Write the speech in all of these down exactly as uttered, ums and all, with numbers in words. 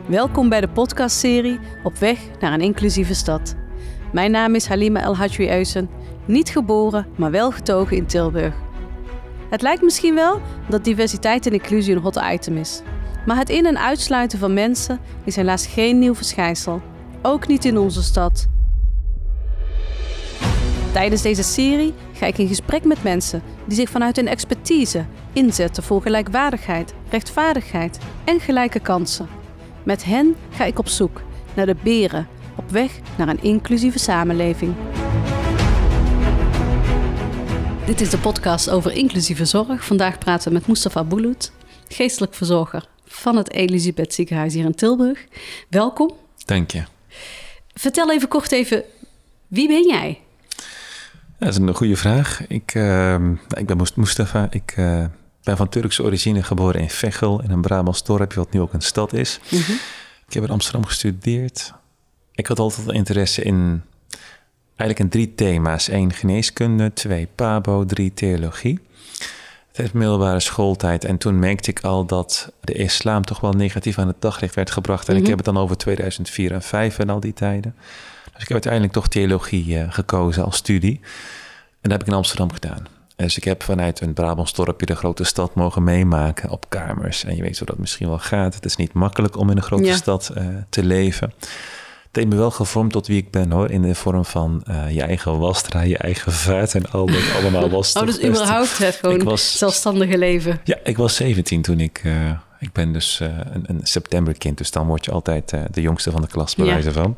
Welkom bij de podcastserie Op weg naar een inclusieve stad. Mijn naam is Halima El Hadji Uysen, niet geboren, maar wel getogen in Tilburg. Het lijkt misschien wel dat diversiteit en inclusie een hot item is. Maar het in- en uitsluiten van mensen is helaas geen nieuw verschijnsel. Ook niet in onze stad. Tijdens deze serie ga ik in gesprek met mensen die zich vanuit hun expertise inzetten voor gelijkwaardigheid, rechtvaardigheid en gelijke kansen. Met hen ga ik op zoek naar de beren op weg naar een inclusieve samenleving. Dit is de podcast over inclusieve zorg. Vandaag praten we met Mustafa Bulut, geestelijk verzorger van het Elisabeth Ziekenhuis hier in Tilburg. Welkom. Dank je. Vertel even kort even, wie ben jij? Dat is een goede vraag. Ik, uh, ik ben Mustafa. Ik uh, ben van Turkse origine, geboren in Veghel, in een Brabants dorpje, wat nu ook een stad is. Mm-hmm. Ik heb in Amsterdam gestudeerd. Ik had altijd interesse in, eigenlijk in drie thema's. Eén, geneeskunde. Twee, pabo. Drie, theologie. Tijdens middelbare schooltijd. En toen merkte ik al dat de islam toch wel negatief aan het daglicht werd gebracht. En mm-hmm. ik heb het dan over tweeduizend vier en vijf en al die tijden. Dus ik heb uiteindelijk toch theologie uh, gekozen als studie. En dat heb ik in Amsterdam gedaan. Dus ik heb vanuit een Brabants dorpje de grote stad mogen meemaken op kamers. En je weet hoe dat misschien wel gaat. Het is niet makkelijk om in een grote ja. stad uh, te leven. Het heeft me wel gevormd tot wie ik ben, hoor. In de vorm van uh, je eigen wasdra, je eigen vaat en al dat allemaal was. Oh, dus überhaupt het gewoon was, zelfstandige leven. Ja, ik was zeventien toen ik... Uh, ik ben dus uh, een, een septemberkind. Dus dan word je altijd uh, de jongste van de klas, bij wijze van.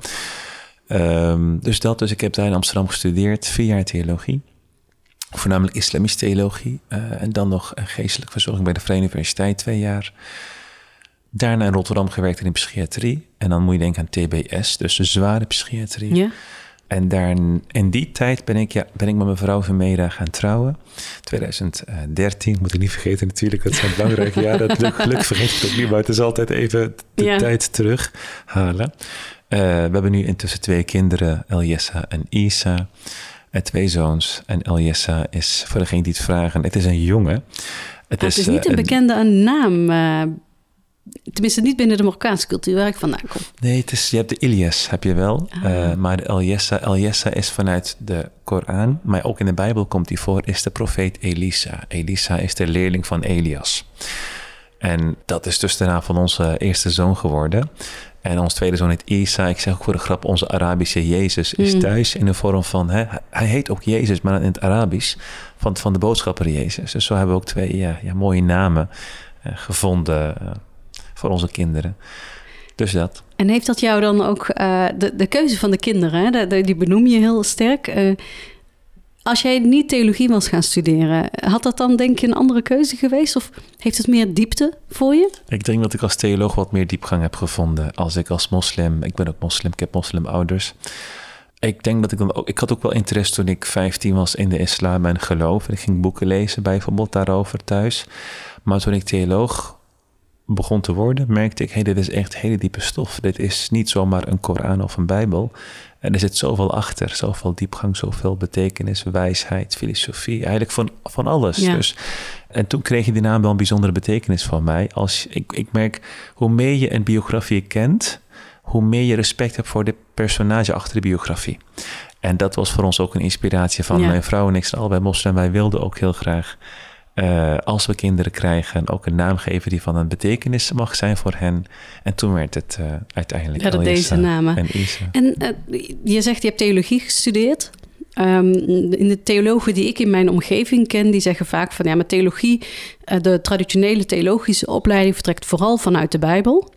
Um, dus dat, dus ik heb daar in Amsterdam gestudeerd, vier jaar theologie. Voornamelijk islamische theologie. Uh, en dan nog geestelijke verzorging bij de Vrije Universiteit, twee jaar. Daarna in Rotterdam gewerkt in psychiatrie. En dan moet je denken aan T B S, dus de zware psychiatrie. Ja. En daar, in die tijd ben ik, ja, ben ik met mijn vrouw Vermeera gaan trouwen. tweeduizend dertien, moet ik niet vergeten natuurlijk. Dat zijn belangrijke jaren. Het geluk vergeet ik ook niet, maar het is altijd even de ja. tijd terughalen. Uh, we hebben nu intussen twee kinderen, Elyessa en Isa. En twee zoons. En Elyessa is, voor degene die het vragen, het is een jongen. Het, ah, is, het is niet uh, een bekende een naam. Uh, tenminste, niet binnen de Marokkaanse cultuur waar ik vandaan kom. Nee, het is, je hebt de Ilyas, heb je wel. Ah. Uh, maar de Elyessa, Elyessa is vanuit de Koran, maar ook in de Bijbel komt die voor, is de profeet Elisa. Elisa is de leerling van Elias. En dat is dus de naam van onze eerste zoon geworden. En ons tweede zoon heet Isa. Ik zeg ook voor de grap, onze Arabische Jezus is mm. thuis in de vorm van... Hè, hij heet ook Jezus, maar in het Arabisch van, van de boodschapper Jezus. Dus zo hebben we ook twee ja, ja, mooie namen uh, gevonden uh, voor onze kinderen. Dus dat. En heeft dat jou dan ook... Uh, de, de keuze van de kinderen, hè, de, de, die benoem je heel sterk... Uh, Als jij niet theologie was gaan studeren, had dat dan denk je een andere keuze geweest? Of heeft het meer diepte voor je? Ik denk dat ik als theoloog wat meer diepgang heb gevonden. Als ik als moslim, ik ben ook moslim, ik heb moslimouders. Ik denk dat ik dan ook, ik had ook wel interesse toen ik vijftien was in de islam en geloof. En ik ging boeken lezen bijvoorbeeld daarover thuis. Maar toen ik theoloog begon te worden, merkte ik, hey, dit is echt hele diepe stof. Dit is niet zomaar een Koran of een Bijbel. En er zit zoveel achter, zoveel diepgang, zoveel betekenis, wijsheid, filosofie, eigenlijk van, van alles. Ja. Dus, en toen kreeg je die naam wel een bijzondere betekenis van mij. Als, ik, ik merk, hoe meer je een biografie kent, hoe meer je respect hebt voor de personage achter de biografie. En dat was voor ons ook een inspiratie van ja. mijn vrouw en ik zijn allebei moslim. Wij wilden ook heel graag, uh, als we kinderen krijgen, ook een naam geven die van een betekenis mag zijn voor hen. En toen werd het uh, uiteindelijk ja, deze namen. En Isa. En uh, je zegt, je hebt theologie gestudeerd. Um, in de theologen die ik in mijn omgeving ken, die zeggen vaak van ja, maar theologie, uh, de traditionele theologische opleiding vertrekt vooral vanuit de Bijbel.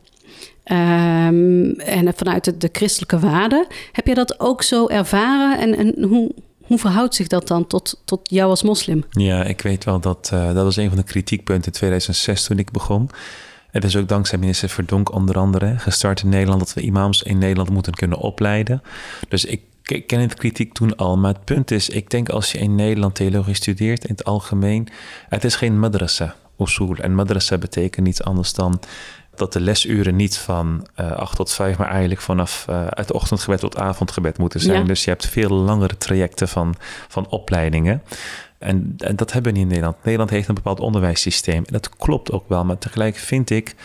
Um, en vanuit de, de christelijke waarden. Heb je dat ook zo ervaren? En, en hoe... Hoe verhoudt zich dat dan tot, tot jou als moslim? Ja, ik weet wel dat uh, dat was een van de kritiekpunten in tweeduizend zes toen ik begon. Het is ook dankzij minister Verdonk onder andere gestart in Nederland dat we imams in Nederland moeten kunnen opleiden. Dus ik, ik ken de kritiek toen al. Maar het punt is, ik denk als je in Nederland theologie studeert in het algemeen, het is geen madrasa, usul. En madrasa betekent niets anders dan dat de lesuren niet van uh, acht tot vijf, maar eigenlijk vanaf uh, het ochtendgebed tot avondgebed moeten zijn. Ja. Dus je hebt veel langere trajecten van, van opleidingen. En, en dat hebben we niet in Nederland. Nederland heeft een bepaald onderwijssysteem. En dat klopt ook wel, maar tegelijk vind ik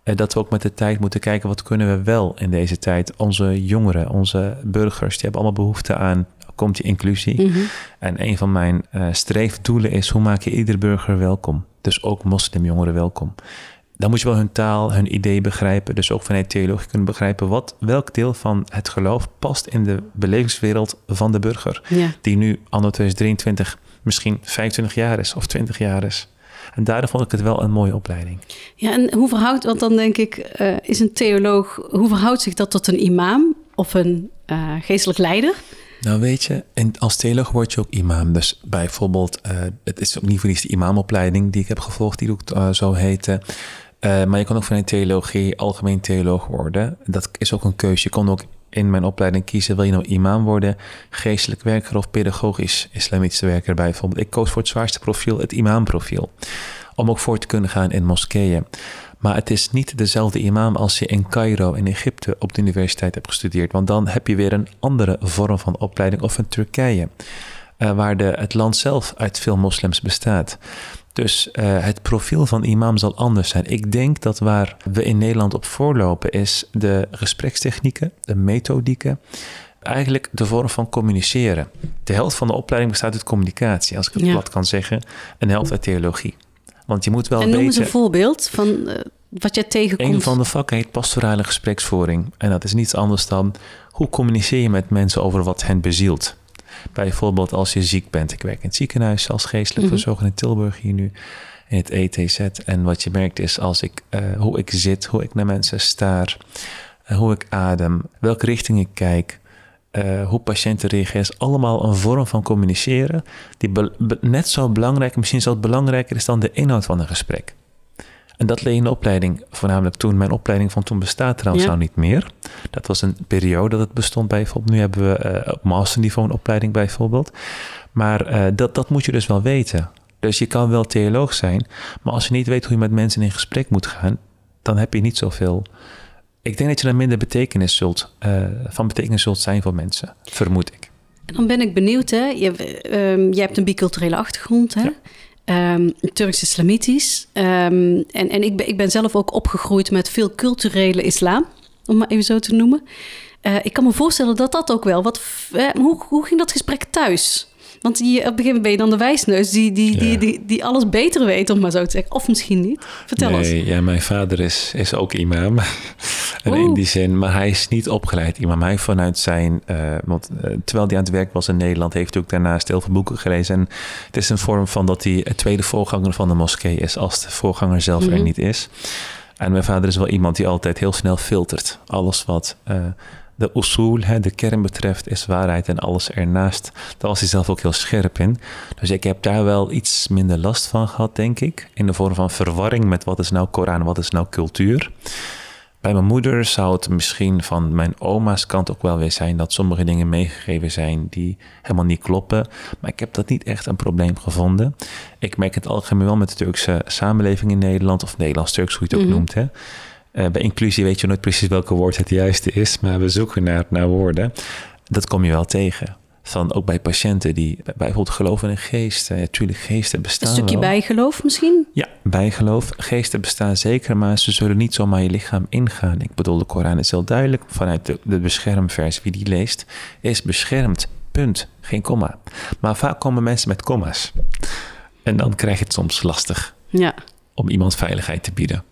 Uh, dat we ook met de tijd moeten kijken, wat kunnen we wel in deze tijd? Onze jongeren, onze burgers, die hebben allemaal behoefte aan, komt die inclusie. Mm-hmm. En een van mijn uh, streefdoelen is, hoe maak je iedere burger welkom? Dus ook moslimjongeren welkom. Dan moet je wel hun taal, hun idee begrijpen. Dus ook vanuit theologie kunnen begrijpen wat, welk deel van het geloof past in de belevingswereld van de burger. Ja. Die nu anno twintig drieëntwintig misschien vijfentwintig jaar is of twintig jaar is. En daarom vond ik het wel een mooie opleiding. Ja, en hoe verhoudt, want dan denk ik, uh, is een theoloog, hoe verhoudt zich dat tot een imam of een uh, geestelijk leider? Nou weet je, en als theoloog word je ook imam. Dus bijvoorbeeld, uh, het is ook niet voor niets de imamopleiding die ik heb gevolgd, die ook uh, zo heette. Uh, maar je kan ook vanuit theologie algemeen theoloog worden. Dat is ook een keuze. Je kon ook in mijn opleiding kiezen, wil je nou imam worden, geestelijk werker of pedagogisch islamitische werker bijvoorbeeld. Ik koos voor het zwaarste profiel, het imamprofiel. Om ook voor te kunnen gaan in moskeeën. Maar het is niet dezelfde imam als je in Cairo in Egypte op de universiteit hebt gestudeerd. Want dan heb je weer een andere vorm van opleiding. Of in Turkije, uh, waar de, het land zelf uit veel moslims bestaat. Dus uh, het profiel van imam zal anders zijn. Ik denk dat waar we in Nederland op voorlopen is de gesprekstechnieken, de methodieken. Eigenlijk de vorm van communiceren. De helft van de opleiding bestaat uit communicatie, als ik het ja. plat kan zeggen. En de helft uit theologie. Want je moet wel en weten... noem eens een voorbeeld van uh, wat jij tegenkomt. Een van de vakken heet pastorale gespreksvoering. En dat is niets anders dan, hoe communiceer je met mensen over wat hen bezielt? Bijvoorbeeld als je ziek bent. Ik werk in het ziekenhuis als geestelijk mm-hmm. verzorger in Tilburg hier nu. In het E T Z. En wat je merkt is als ik, uh, hoe ik zit, hoe ik naar mensen staar. Uh, hoe ik adem. Welke richting ik kijk. Uh, hoe patiënten reageren. Is allemaal een vorm van communiceren. Die be- be- net zo belangrijk, misschien zelfs belangrijker is dan de inhoud van een gesprek. En dat leer je in de opleiding, voornamelijk toen. Mijn opleiding van toen bestaat trouwens ja. nou niet meer. Dat was een periode dat het bestond bijvoorbeeld. Nu hebben we uh, op masterniveau een opleiding bijvoorbeeld. Maar uh, dat, dat moet je dus wel weten. Dus je kan wel theoloog zijn, maar als je niet weet hoe je met mensen in gesprek moet gaan, dan heb je niet zoveel. Ik denk dat je dan minder betekenis zult, uh, van betekenis zult zijn voor mensen, vermoed ik. En dan ben ik benieuwd, hè? Je, um, jij hebt een biculturele achtergrond, hè? Ja. Um, Turks-islamitisch. Um, en en ik, ben, ik ben zelf ook opgegroeid met veel culturele islam, om maar even zo te noemen. Uh, ik kan me voorstellen dat dat ook wel... Wat, uh, hoe, hoe ging dat gesprek thuis? Want je, op een gegeven moment ben je dan de wijsneus die, die, ja. die, die, die alles beter weet, om maar zo te zeggen. Of misschien niet. Vertel nee, eens. Ja, mijn vader is, is ook imam. En in die zin, maar hij is niet opgeleid imam. Hij vanuit zijn... Uh, want uh, terwijl hij aan het werk was in Nederland, heeft hij ook daarnaast heel veel boeken gelezen. En het is een vorm van dat hij het tweede voorganger van de moskee is, als de voorganger zelf mm-hmm. er niet is. En mijn vader is wel iemand die altijd heel snel filtert. Alles wat... Uh, de usul, de kern betreft, is waarheid en alles ernaast. Daar was hij zelf ook heel scherp in. Dus ik heb daar wel iets minder last van gehad, denk ik. In de vorm van verwarring met wat is nou Koran, wat is nou cultuur. Bij mijn moeder zou het misschien van mijn oma's kant ook wel weer zijn dat sommige dingen meegegeven zijn die helemaal niet kloppen. Maar ik heb dat niet echt een probleem gevonden. Ik merk het algemeen wel met de Turkse samenleving in Nederland, of Nederlands-Turks, hoe je het ook mm-hmm. noemt, hè. Uh, bij inclusie weet je nooit precies welke woord het juiste is, maar we zoeken naar, naar woorden. Dat kom je wel tegen. Van ook bij patiënten die bijvoorbeeld geloven in geesten. Ja, natuurlijk, geesten bestaan Een stukje wel. bijgeloof misschien? Ja, bijgeloof. Geesten bestaan zeker, maar ze zullen niet zomaar je lichaam ingaan. Ik bedoel, de Koran is heel duidelijk. Vanuit de, de beschermvers, wie die leest, is beschermd. Punt. Geen komma. Maar vaak komen mensen met komma's. En dan krijg je het soms lastig. Ja. Om iemand veiligheid te bieden.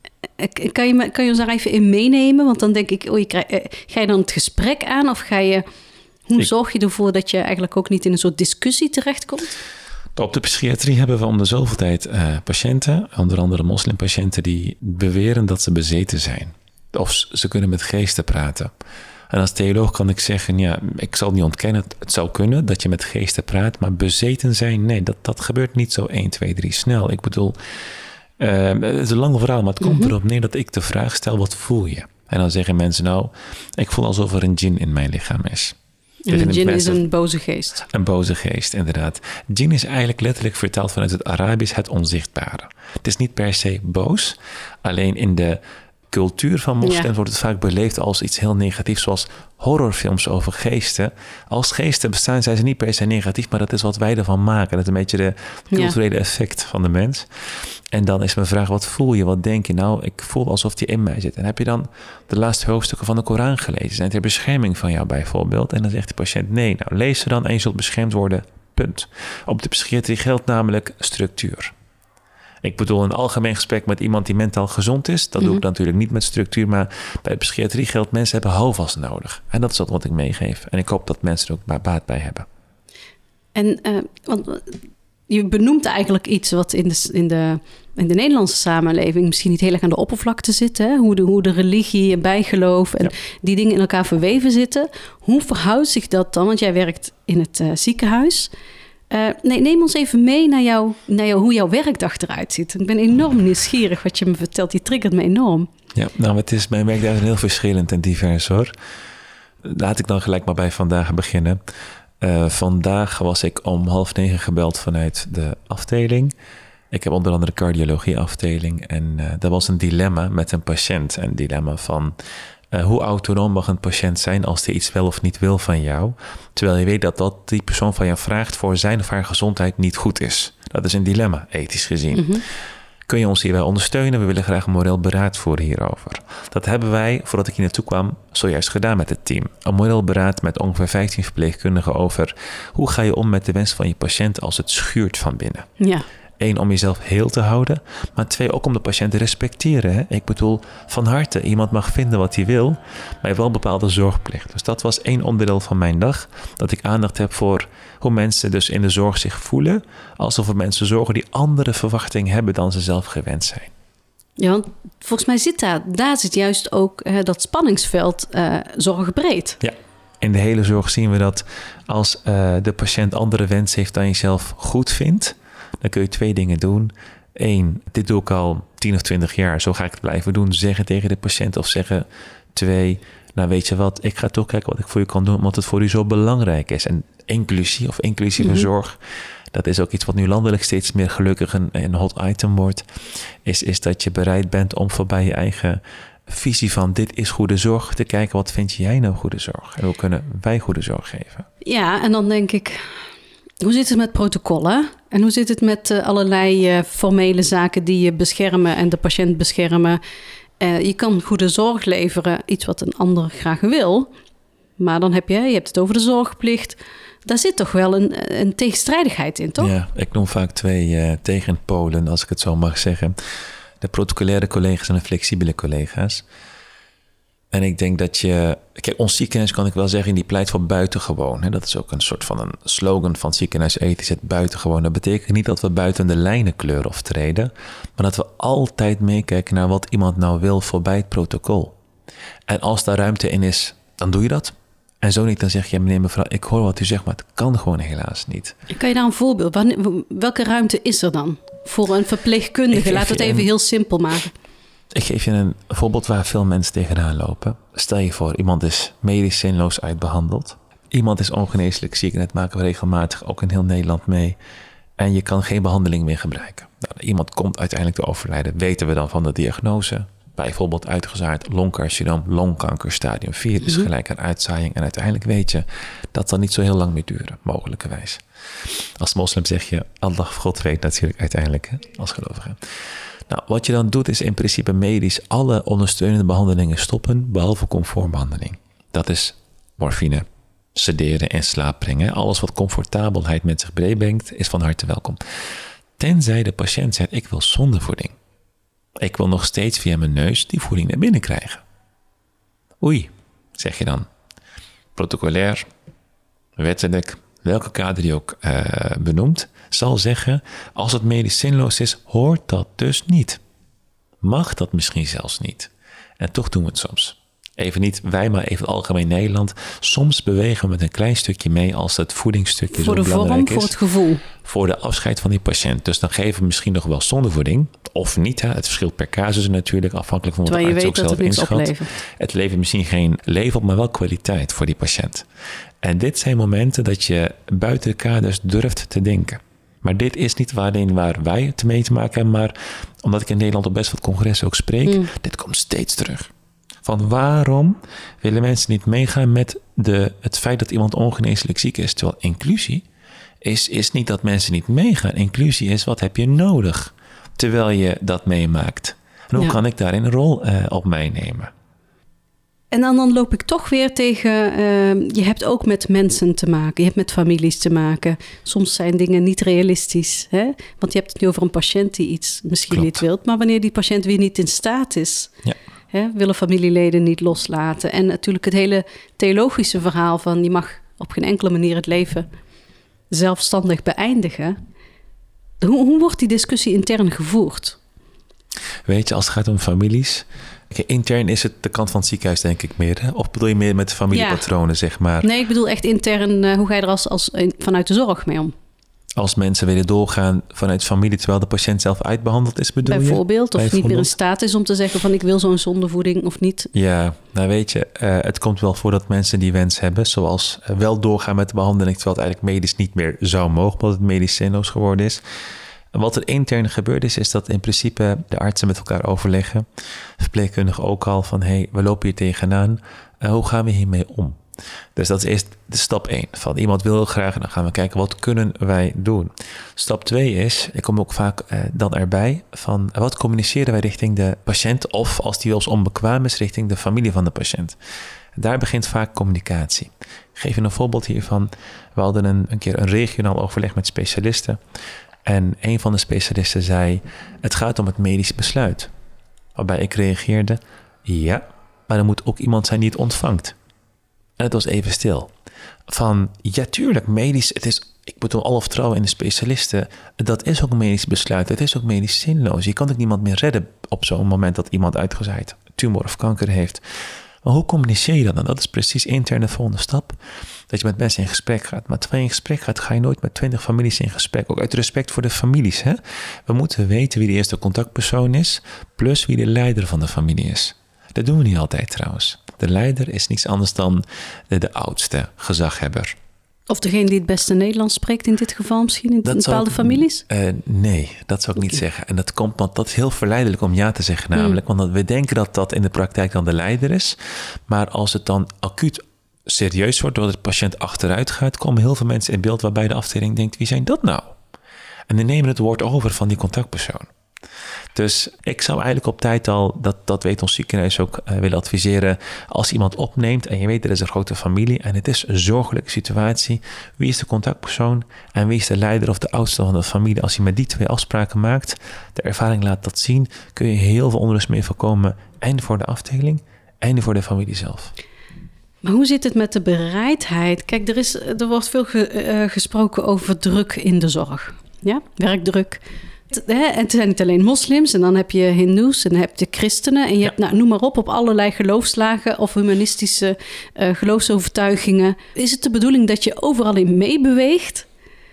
Kan je, me, kan je ons daar even in meenemen? Want dan denk ik, oh, je krijg, eh, ga je dan het gesprek aan? Of ga je, hoe ik, zorg je ervoor dat je eigenlijk ook niet in een soort discussie terechtkomt? Op de psychiatrie hebben we om de zoveel tijd uh, patiënten, onder andere moslimpatiënten, die beweren dat ze bezeten zijn. Of ze kunnen met geesten praten. En als theoloog kan ik zeggen, ja, ik zal niet ontkennen, het zou kunnen dat je met geesten praat, maar bezeten zijn, nee, dat, dat gebeurt niet zo één, twee, drie snel. Ik bedoel... Uh, het is een lang verhaal, maar het komt mm-hmm. erop neer dat ik de vraag stel, wat voel je? En dan zeggen mensen, nou, ik voel alsof er een djinn in mijn lichaam is. En een djinn is een boze geest. Een boze geest, inderdaad. Djinn is eigenlijk letterlijk vertaald vanuit het Arabisch het onzichtbare. Het is niet per se boos, alleen in de cultuur van moslims Ja. wordt het vaak beleefd als iets heel negatiefs, zoals horrorfilms over geesten. Als geesten bestaan, zijn ze niet per se negatief, maar dat is wat wij ervan maken. Dat is een beetje de culturele ja. effect van de mens. En dan is mijn vraag, wat voel je, wat denk je? Nou, ik voel alsof die in mij zit. En heb je dan de laatste hoofdstukken van de Koran gelezen? Zijn ter bescherming van jou bijvoorbeeld? En dan zegt de patiënt, nee, nou lees ze dan en je zult beschermd worden, punt. Op de psychiatrie geldt namelijk structuur. Ik bedoel, een algemeen gesprek met iemand die mentaal gezond is, dat mm-hmm. doe ik natuurlijk niet met structuur, maar bij de psychiatrie geldt, mensen hebben houvast nodig. En dat is wat ik meegeef. En ik hoop dat mensen er ook maar baat bij hebben. En uh, want je benoemt eigenlijk iets wat in de, in de, in de Nederlandse samenleving misschien niet heel erg aan de oppervlakte zit. Hè? Hoe, de, hoe de religie en bijgeloof en ja. die dingen in elkaar verweven zitten. Hoe verhoudt zich dat dan? Want jij werkt in het uh, ziekenhuis. Uh, nee, neem ons even mee naar, jou, naar jou, hoe jouw werkdag eruit ziet. Ik ben enorm nieuwsgierig wat je me vertelt. Die triggert me enorm. Ja, nou, het is, mijn werkdag is heel verschillend en divers hoor. Laat ik dan gelijk maar bij vandaag beginnen. Uh, vandaag was ik om half negen gebeld vanuit de afdeling. Ik heb onder andere de cardiologie-afdeling. En uh, dat was een dilemma met een patiënt. Een dilemma van uh, hoe autonoom mag een patiënt zijn als hij iets wel of niet wil van jou. Terwijl je weet dat dat die persoon van jou vraagt voor zijn of haar gezondheid niet goed is. Dat is een dilemma, ethisch gezien. Mm-hmm. Kun je ons hierbij ondersteunen? We willen graag een moreel beraad voeren hierover. Dat hebben wij, voordat ik hier naartoe kwam, zojuist gedaan met het team. Een moreel beraad met ongeveer vijftien verpleegkundigen over hoe ga je om met de wens van je patiënt als het schuurt van binnen. Ja. Eén, om jezelf heel te houden. Maar twee, ook om de patiënt te respecteren. Hè? Ik bedoel, van harte, iemand mag vinden wat hij wil, maar je hebt wel een bepaalde zorgplicht. Dus dat was één onderdeel van mijn dag. Dat ik aandacht heb voor hoe mensen dus in de zorg zich voelen. Alsof er mensen zorgen die andere verwachtingen hebben dan ze zelf gewend zijn. Ja, want volgens mij zit daar, daar zit juist ook uh, dat spanningsveld uh, zorgbreed. Ja. In de hele zorg zien we dat als uh, de patiënt andere wens heeft dan je zelf goed vindt, dan kun je twee dingen doen. Eén, dit doe ik al tien of twintig jaar, zo ga ik het blijven doen. Zeggen tegen de patiënt of zeggen. Twee, nou weet je wat, ik ga toch kijken wat ik voor je kan doen, omdat het voor u zo belangrijk is. En inclusie of inclusieve mm-hmm. zorg, dat is ook iets wat nu landelijk steeds meer gelukkig een, een hot item wordt, is, is dat je bereid bent om voorbij je eigen visie van dit is goede zorg te kijken, wat vind jij nou goede zorg? En hoe kunnen wij goede zorg geven? Ja, en dan denk ik, hoe zit het met protocollen? En hoe zit het met uh, allerlei uh, formele zaken die je beschermen en de patiënt beschermen? Uh, je kan goede zorg leveren, iets wat een ander graag wil. Maar dan heb je, je hebt het over de zorgplicht. Daar zit toch wel een, een tegenstrijdigheid in, toch? Ja, ik noem vaak twee uh, tegenpolen, als ik het zo mag zeggen. De protocolaire collega's en de flexibele collega's. En ik denk dat je... Kijk, ons ziekenhuis kan ik wel zeggen, die pleit voor buitengewoon. Hè? Dat is ook een soort van een slogan van ziekenhuis ethisch, het buitengewoon. Dat betekent niet dat we buiten de lijnen kleuren of treden, maar dat we altijd meekijken naar wat iemand nou wil voorbij het protocol. En als daar ruimte in is, dan doe je dat. En zo niet, dan zeg je, meneer, mevrouw, ik hoor wat u zegt, maar het kan gewoon helaas niet. Kan je daar een voorbeeld? Welke ruimte is er dan voor een verpleegkundige? Laat het even een, heel simpel maken. Ik geef je een voorbeeld waar veel mensen tegenaan lopen. Stel je voor, iemand is medisch zinloos uitbehandeld. Iemand is ongeneeslijk ziek en dat maken we regelmatig ook in heel Nederland mee. En je kan geen behandeling meer gebruiken. Nou, iemand komt uiteindelijk te overlijden. Weten we dan van de diagnose? Bijvoorbeeld uitgezaard longcarcinoom, longkanker stadium vier is gelijk aan uitzaaiing. En uiteindelijk weet je dat zal niet zo heel lang meer duren, mogelijkerwijs. Als moslim zeg je, Allah of God weet natuurlijk uiteindelijk, hè, als gelovige. Nou, wat je dan doet is in principe medisch alle ondersteunende behandelingen stoppen, behalve comfortbehandeling. Dat is morfine, sederen en slaap brengen. Alles wat comfortabelheid met zich meebrengt, is van harte welkom. Tenzij de patiënt zegt, ik wil zonder voeding. Ik wil nog steeds via mijn neus die voeding naar binnen krijgen. Oei, zeg je dan. Protocolair, wettelijk, welke kader die ook uh, benoemt, zal zeggen, als het medisch zinloos is, hoort dat dus niet. Mag dat misschien zelfs niet. En toch doen we het soms. Even niet wij, maar even algemeen Nederland. Soms bewegen we met een klein stukje mee als het voedingsstukje zo belangrijk vorm, is. Voor het gevoel. Voor de afscheid van die patiënt. Dus dan geven we misschien nog wel zonder voeding. Of niet. Hè. Het verschilt per casus natuurlijk. Afhankelijk van wat de arts ook zelf inschat. Het levert misschien geen leven op, maar wel kwaliteit voor die patiënt. En dit zijn momenten dat je buiten de kaders durft te denken. Maar dit is niet alleen waar wij het mee te maken hebben, maar omdat ik in Nederland op best wat congressen ook spreek, mm. dit komt steeds terug. Van waarom willen mensen niet meegaan met de, het feit dat iemand ongeneeslijk ziek is? Terwijl inclusie is, is niet dat mensen niet meegaan. Inclusie is wat heb je nodig terwijl je dat meemaakt. En hoe ja. kan ik daarin een rol uh, op mij nemen? En dan, dan loop ik toch weer tegen, uh, je hebt ook met mensen te maken. Je hebt met families te maken. Soms zijn dingen niet realistisch. Hè? Want je hebt het nu over een patiënt die iets misschien Klopt. niet wilt. Maar wanneer die patiënt weer niet in staat is, ja. hè, willen familieleden niet loslaten. En natuurlijk het hele theologische verhaal van je mag op geen enkele manier het leven zelfstandig beëindigen. Hoe, hoe wordt die discussie intern gevoerd? Weet je, als het gaat om families, okay, intern is het de kant van het ziekenhuis denk ik meer. Hè? Of bedoel je meer met de familiepatronen, ja. zeg maar? Nee, ik bedoel echt intern, uh, hoe ga je er als, als, vanuit de zorg mee om? Als mensen willen doorgaan vanuit familie terwijl de patiënt zelf uitbehandeld is, bedoel Bijvoorbeeld, je? Of niet meer in staat is om te zeggen van ik wil zo'n zondevoeding of niet. Ja, nou weet je, uh, het komt wel voor dat mensen die wens hebben, zoals uh, wel doorgaan met de behandeling, terwijl het eigenlijk medisch niet meer zou mogen, omdat het medisch zinloos geworden is. Wat er intern gebeurd is, is dat in principe de artsen met elkaar overleggen. Verpleegkundigen ook al van, hé, hey, we lopen hier tegenaan. Uh, hoe gaan we hiermee om? Dus dat is eerst de stap één. Van iemand wil graag, en dan gaan we kijken, wat kunnen wij doen? Stap twee is, ik kom ook vaak uh, dan erbij, van wat communiceren wij richting de patiënt? Of als die wel eens onbekwaam is, richting de familie van de patiënt. Daar begint vaak communicatie. Ik geef je een voorbeeld hiervan. We hadden een, een keer een regionaal overleg met specialisten. En een van de specialisten zei, het gaat om het medisch besluit. Waarbij ik reageerde, ja, maar er moet ook iemand zijn die het ontvangt. En het was even stil. Van, ja tuurlijk, medisch, het is, ik bedoel alle vertrouwen in de specialisten, dat is ook een medisch besluit, het is ook medisch zinloos. Je kan ook niemand meer redden op zo'n moment dat iemand uitgezaaid tumor of kanker heeft. Maar hoe communiceer je dat? En dat is precies intern de volgende stap. Dat je met mensen in gesprek gaat. Maar terwijl je in gesprek gaat, ga je nooit met twintig families in gesprek. Ook uit respect voor de families. Hè? We moeten weten wie de eerste contactpersoon is, plus wie de leider van de familie is. Dat doen we niet altijd trouwens. De leider is niets anders dan de, de oudste gezaghebber. Of degene die het beste Nederlands spreekt in dit geval misschien, in dat bepaalde zou, families? Uh, nee, dat zou ik niet zeggen. En dat komt, want dat is heel verleidelijk om ja te zeggen namelijk. Mm. Want we denken dat dat in de praktijk dan de leider is. Maar als het dan acuut serieus wordt, doordat de patiënt achteruit gaat, komen heel veel mensen in beeld waarbij de afdeling denkt, wie zijn dat nou? En die nemen het woord over van die contactpersoon. Dus ik zou eigenlijk op tijd al, dat, dat weet ons ziekenhuis ook, uh, willen adviseren. Als iemand opneemt en je weet er is een grote familie en het is een zorgelijke situatie. Wie is de contactpersoon en wie is de leider of de oudste van de familie? Als je met die twee afspraken maakt, de ervaring laat dat zien, kun je heel veel onrust mee voorkomen. En voor de afdeling en voor de familie zelf. Maar hoe zit het met de bereidheid? Kijk, er, is, er wordt veel ge, uh, gesproken over druk in de zorg. Ja? Werkdruk. En het zijn niet alleen moslims, en dan heb je hindoes en dan heb je christenen. En je ja. hebt, nou, noem maar op, op allerlei geloofslagen of humanistische uh, geloofsovertuigingen. Is het de bedoeling dat je overal in meebeweegt?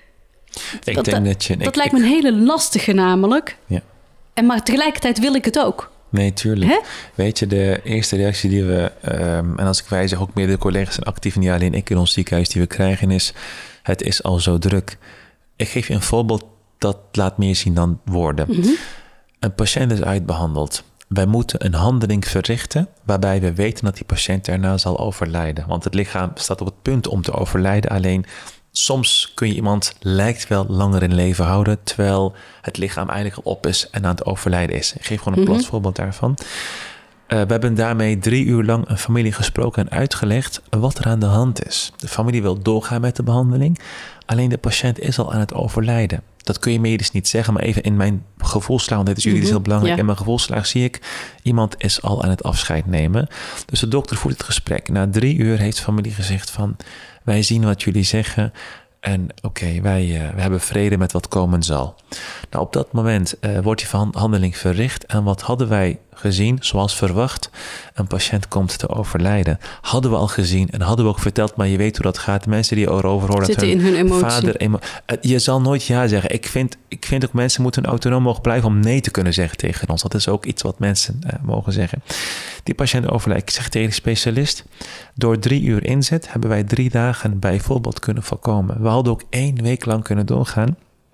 Ik dat, denk dat je... Dat ik, lijkt ik, me een hele lastige namelijk. Ja. En maar tegelijkertijd wil ik het ook. Nee, tuurlijk. Hè? Weet je, de eerste reactie die we... Um, en als ik wij zeg, ook meerdere collega's zijn actief, niet alleen ik in ons ziekenhuis, die we krijgen is, het is al zo druk. Ik geef je een voorbeeld. Dat laat meer zien dan woorden. Mm-hmm. Een patiënt is uitbehandeld. Wij moeten een handeling verrichten waarbij we weten dat die patiënt daarna zal overlijden. Want het lichaam staat op het punt om te overlijden. Alleen soms kun je iemand lijkt wel langer in leven houden, terwijl het lichaam eigenlijk al op is en aan het overlijden is. Ik geef gewoon een mm-hmm. plat voorbeeld daarvan. Uh, we hebben daarmee drie uur lang een familie gesproken en uitgelegd wat er aan de hand is. De familie wil doorgaan met de behandeling, alleen de patiënt is al aan het overlijden. Dat kun je medisch niet zeggen, maar even in mijn gevoelslaag, want dit is jullie mm-hmm. is heel belangrijk. Ja. In mijn gevoelslaag zie ik, iemand is al aan het afscheid nemen. Dus de dokter voert het gesprek. Na drie uur heeft de familie gezegd van, wij zien wat jullie zeggen en oké, okay, wij, uh, wij hebben vrede met wat komen zal. Nou, op dat moment uh, wordt die handeling verricht en wat hadden wij gezien, zoals verwacht, een patiënt komt te overlijden. Hadden we al gezien en hadden we ook verteld, maar je weet hoe dat gaat. Mensen die erover horen zitten dat hun, in hun emotie. Vader... Emo- je zal nooit ja zeggen. Ik vind, ik vind ook mensen moeten autonoom mogen blijven om nee te kunnen zeggen tegen ons. Dat is ook iets wat mensen uh, mogen zeggen. Die patiënt overlijdt. Ik zeg tegen de specialist, door drie uur inzet hebben wij drie dagen bijvoorbeeld kunnen voorkomen. We hadden ook één week lang kunnen doorgaan.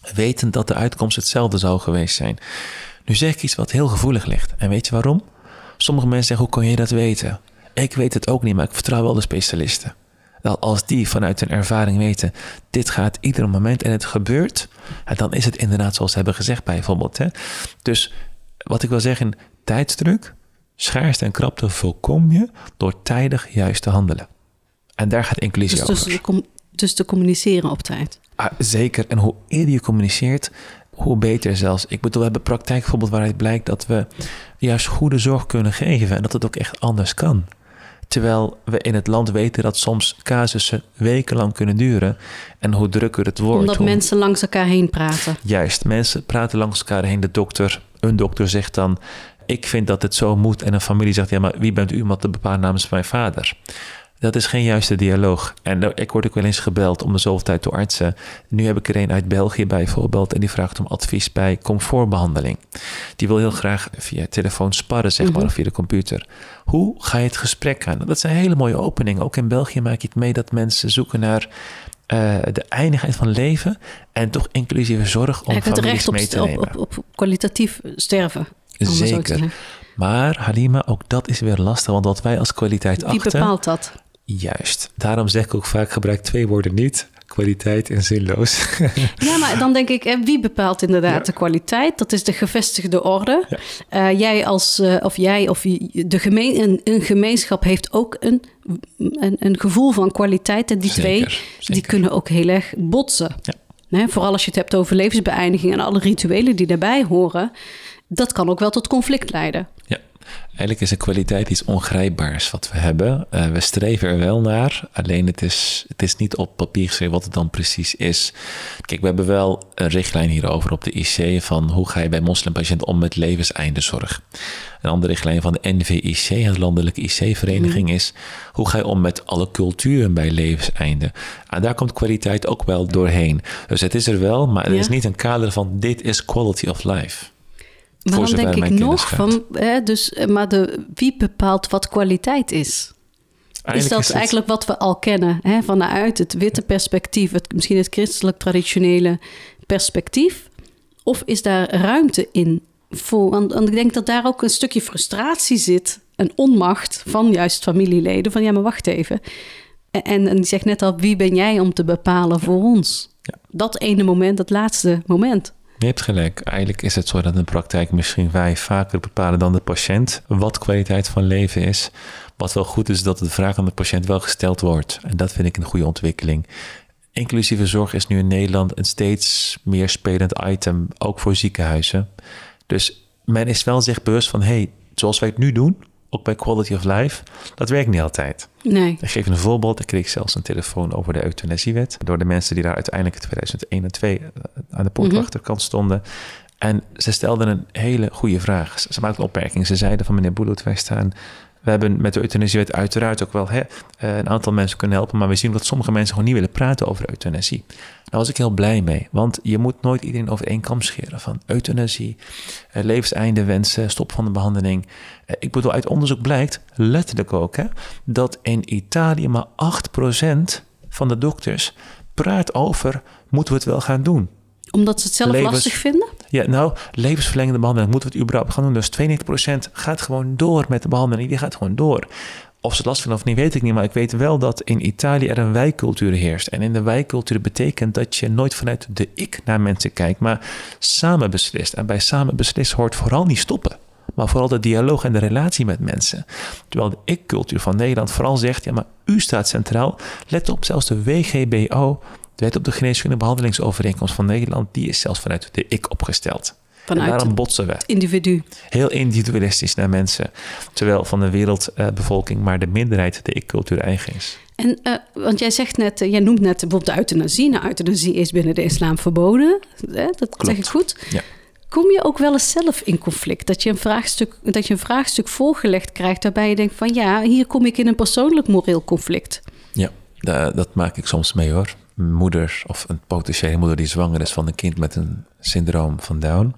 wetend dat de uitkomst hetzelfde zou geweest zijn. Nu zeg ik iets wat heel gevoelig ligt. En weet je waarom? Sommige mensen zeggen, hoe kon je dat weten? Ik weet het ook niet, maar ik vertrouw wel de specialisten. Dat als die vanuit hun ervaring weten, dit gaat ieder moment en het gebeurt, dan is het inderdaad zoals ze hebben gezegd bijvoorbeeld. Hè? Dus wat ik wil zeggen, tijdsdruk, schaarste en krapte voorkom je door tijdig juist te handelen. En daar gaat inclusie dus, over. Dus, com- dus te communiceren op tijd. Ah, zeker. En hoe eerder je communiceert, hoe beter zelfs. Ik bedoel, we hebben praktijk bijvoorbeeld waaruit blijkt dat we juist goede zorg kunnen geven en dat het ook echt anders kan. Terwijl we in het land weten dat soms casussen wekenlang kunnen duren. En hoe drukker het wordt. Omdat hoe... mensen langs elkaar heen praten. Juist, mensen praten langs elkaar heen. De dokter, een dokter zegt dan, ik vind dat het zo moet. En een familie zegt, ja, maar wie bent u om dat te bepalen namens mijn vader? Dat is geen juiste dialoog. En ik word ook wel eens gebeld om de zoveel tijd door artsen. Nu heb ik er een uit België bijvoorbeeld en die vraagt om advies bij comfortbehandeling. Die wil heel graag via telefoon sparren, zeg maar, mm-hmm. of via de computer. Hoe ga je het gesprek aan? Dat zijn hele mooie openingen. Ook in België maak je het mee dat mensen zoeken naar uh, de eindigheid van leven en toch inclusieve zorg om families mee recht op, te nemen. Op, op, op kwalitatief sterven. Zeker. Maar Halima, ook dat is weer lastig, want wat wij als kwaliteit Wie achten... Wie bepaalt dat? Juist. Daarom zeg ik ook vaak, gebruik twee woorden niet. Kwaliteit en zinloos. Ja, maar dan denk ik, wie bepaalt inderdaad ja. de kwaliteit? Dat is de gevestigde orde. Ja. Uh, jij als, uh, of jij of de gemeen, een, een gemeenschap heeft ook een, een, een gevoel van kwaliteit. En die zeker, twee, zeker. die kunnen ook heel erg botsen. Ja. Nee, vooral als je het hebt over levensbeëindiging en alle rituelen die daarbij horen. Dat kan ook wel tot conflict leiden. Ja. Eigenlijk is een kwaliteit iets ongrijpbaars wat we hebben. Uh, we streven er wel naar, alleen het is, het is niet op papier geschreven wat het dan precies is. Kijk, we hebben wel een richtlijn hierover op de I C van hoe ga je bij moslimpatiënten om met levenseindezorg. Een andere richtlijn van de N V I C, de Landelijke I C-vereniging, mm. is hoe ga je om met alle culturen bij levenseinde. En daar komt kwaliteit ook wel doorheen. Dus het is er wel, maar het ja. is niet een kader van dit is quality of life. Maar dan denk ik nog van, hè, dus, maar de, wie bepaalt wat kwaliteit is? Eigenlijk is dat is het... eigenlijk wat we al kennen, hè, vanuit het witte perspectief, het, misschien het christelijk traditionele perspectief? Of is daar ruimte in voor? Want, want ik denk dat daar ook een stukje frustratie zit, een onmacht van juist familieleden, van ja, maar wacht even. En, en die zegt net al, wie ben jij om te bepalen voor ons? Ja. Dat ene moment, dat laatste moment. Je hebt gelijk. Eigenlijk is het zo dat in de praktijk misschien wij vaker bepalen dan de patiënt wat kwaliteit van leven is. Wat wel goed is dat de vraag aan de patiënt wel gesteld wordt. En dat vind ik een goede ontwikkeling. Inclusieve zorg is nu in Nederland een steeds meer spelend item, ook voor ziekenhuizen. Dus men is wel zich bewust van, hey, zoals wij het nu doen, ook bij quality of life, dat werkt niet altijd. Nee. Ik geef een voorbeeld. Ik kreeg zelfs een telefoon over de euthanasiewet door de mensen die daar uiteindelijk in tweeduizend één en twee aan de poortwachterkant stonden. En ze stelden een hele goede vraag. Ze maakten een opmerking. Ze zeiden van meneer Boeloet, wij staan... We hebben met de euthanasiewet uiteraard ook wel hè, een aantal mensen kunnen helpen, maar we zien dat sommige mensen gewoon niet willen praten over euthanasie. Daar was ik heel blij mee, want je moet nooit iedereen over één kam scheren. Van euthanasie, levenseinde wensen, stop van de behandeling. Ik bedoel, uit onderzoek blijkt, letterlijk ook, hè, dat in Italië maar acht procent van de dokters praat over, moeten we het wel gaan doen? Omdat ze het zelf Levens... lastig vinden? Ja, nou, levensverlengende behandeling, moeten we het überhaupt gaan doen? Dus tweeënnegentig procent gaat gewoon door met de behandeling, die gaat gewoon door. Of ze het last vinden of niet, weet ik niet, maar ik weet wel dat in Italië er een wij-cultuur heerst. En in de wij-cultuur betekent dat je nooit vanuit de ik naar mensen kijkt, maar samen beslist. En bij samen beslissen hoort vooral niet stoppen, maar vooral de dialoog en de relatie met mensen. Terwijl de ik-cultuur van Nederland vooral zegt, ja, maar u staat centraal. Let op, zelfs de W G B O... De wet op de geneeskundige behandelingsovereenkomst van Nederland, die is zelfs vanuit de ik opgesteld. Vanuit en daarom botsen we. Het individu. Heel individualistisch naar mensen. Terwijl van de wereldbevolking maar de minderheid de ik-cultuur eigen is. En, uh, want jij zegt net, uh, jij noemt net bijvoorbeeld de euthanasie. Nou, euthanasie is binnen de islam verboden. Hè? Dat Klopt. Zeg ik goed? Ja. Kom je ook wel eens zelf in conflict? Dat je, een vraagstuk, dat je een vraagstuk voorgelegd krijgt waarbij je denkt van ja, hier kom ik in een persoonlijk moreel conflict. Ja, dat, dat maak ik soms mee hoor. Moeder of een potentiële moeder die zwanger is van een kind met een syndroom van Down.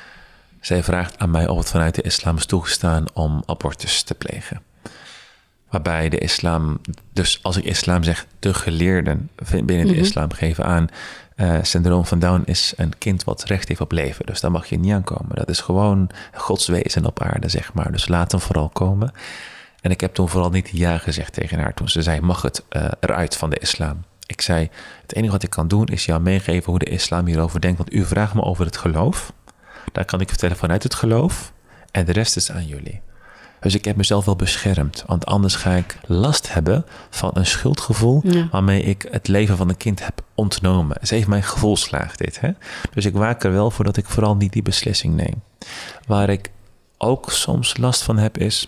Zij vraagt aan mij of het vanuit de islam is toegestaan om abortus te plegen. Waarbij de islam, dus als ik islam zeg, de geleerden binnen de mm-hmm. islam geven aan, Uh, syndroom van Down is een kind wat recht heeft op leven. Dus daar mag je niet aan komen. Dat is gewoon Gods wezen op aarde, zeg maar. Dus laat hem vooral komen. En ik heb toen vooral niet ja gezegd tegen haar toen ze zei, mag het uh, eruit van de islam? Ik zei, het enige wat ik kan doen is jou meegeven hoe de islam hierover denkt. Want u vraagt me over het geloof. Daar kan ik vertellen vanuit het geloof. En de rest is aan jullie. Dus ik heb mezelf wel beschermd. Want anders ga ik last hebben van een schuldgevoel, ja, waarmee ik het leven van een kind heb ontnomen. Het is even mijn gevoelslaag dit. Hè? Dus ik waak er wel voor dat ik vooral niet die beslissing neem. Waar ik ook soms last van heb is,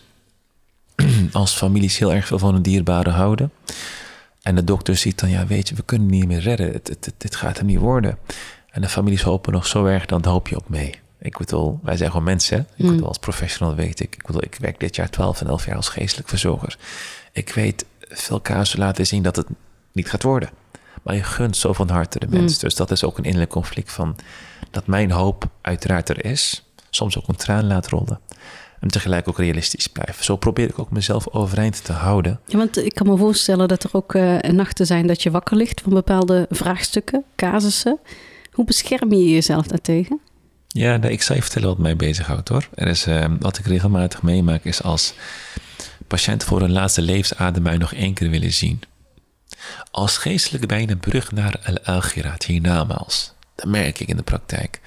als families heel erg veel van hun dierbaren houden. En de dokter ziet dan, ja weet je, we kunnen het niet meer redden. Het, het, het, dit gaat hem niet worden. En de families hopen nog zo erg, dan hoop je ook mee. Ik bedoel, wij zijn gewoon mensen. Hè? Ik bedoel, mm. als professional weet ik. Ik bedoel, ik werk dit jaar twaalf en elf jaar als geestelijk verzorger. Ik weet veel casussen laten zien dat het niet gaat worden. Maar je gunt zo van harte de mens. Mm. Dus dat is ook een innerlijk conflict van dat mijn hoop uiteraard er is. Soms ook een traan laat rollen. En tegelijk ook realistisch blijven. Zo probeer ik ook mezelf overeind te houden. Ja, want ik kan me voorstellen dat er ook uh, nachten zijn dat je wakker ligt van bepaalde vraagstukken, casussen. Hoe bescherm je jezelf daartegen? Ja, nou, ik zal je vertellen wat mij bezighoudt hoor. Er is, uh, wat ik regelmatig meemaak is als patiënten voor hun laatste levensadem mij nog één keer willen zien. Als geestelijke bij een brug naar al-akhirah, hiernamaals. Dat merk ik in de praktijk.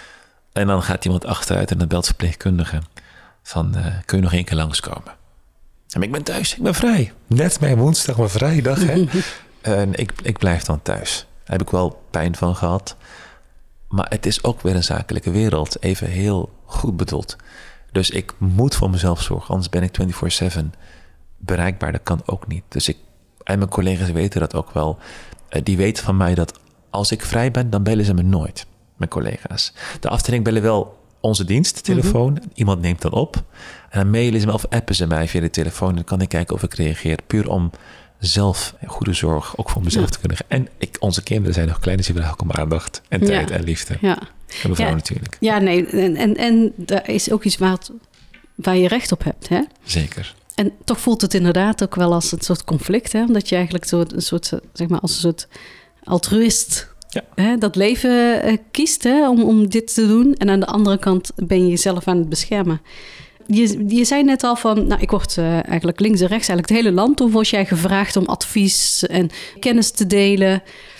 En dan gaat iemand achteruit en dan belt verpleegkundige van, uh, kun je nog één keer langskomen? En ik ben thuis, ik ben vrij. Net mijn woensdag, maar vrijdag. Hè? En ik, ik blijf dan thuis. Daar heb ik wel pijn van gehad. Maar het is ook weer een zakelijke wereld. Even heel goed bedoeld. Dus ik moet voor mezelf zorgen. Anders ben ik vierentwintig zeven bereikbaar. Dat kan ook niet. Dus ik, en mijn collega's weten dat ook wel. Die weten van mij dat als ik vrij ben, dan bellen ze me nooit. Mijn collega's. De afdeling bellen wel onze dienst, de telefoon. Mm-hmm. Iemand neemt dan op. En dan mailen ze me of appen ze mij via de telefoon. En dan kan ik kijken of ik reageer. Puur om zelf goede zorg ook voor mezelf ja. te kunnen. En ik, onze kinderen zijn nog klein, dus die vragen ook om aandacht en tijd ja. en liefde. Ja. En mevrouw ja. natuurlijk. Ja, nee. En, en, en daar is ook iets waar, het, waar je recht op hebt, hè? Zeker. En toch voelt het inderdaad ook wel als een soort conflict, hè? Omdat je eigenlijk zo een soort, zeg maar, als een soort altruïst ja. hè, dat leven uh, kiest, hè, om, om dit te doen. En aan de andere kant ben je jezelf aan het beschermen. Je, je zei net al van, nou, ik word uh, eigenlijk links en rechts, eigenlijk het hele land door word jij gevraagd om advies en kennis te delen.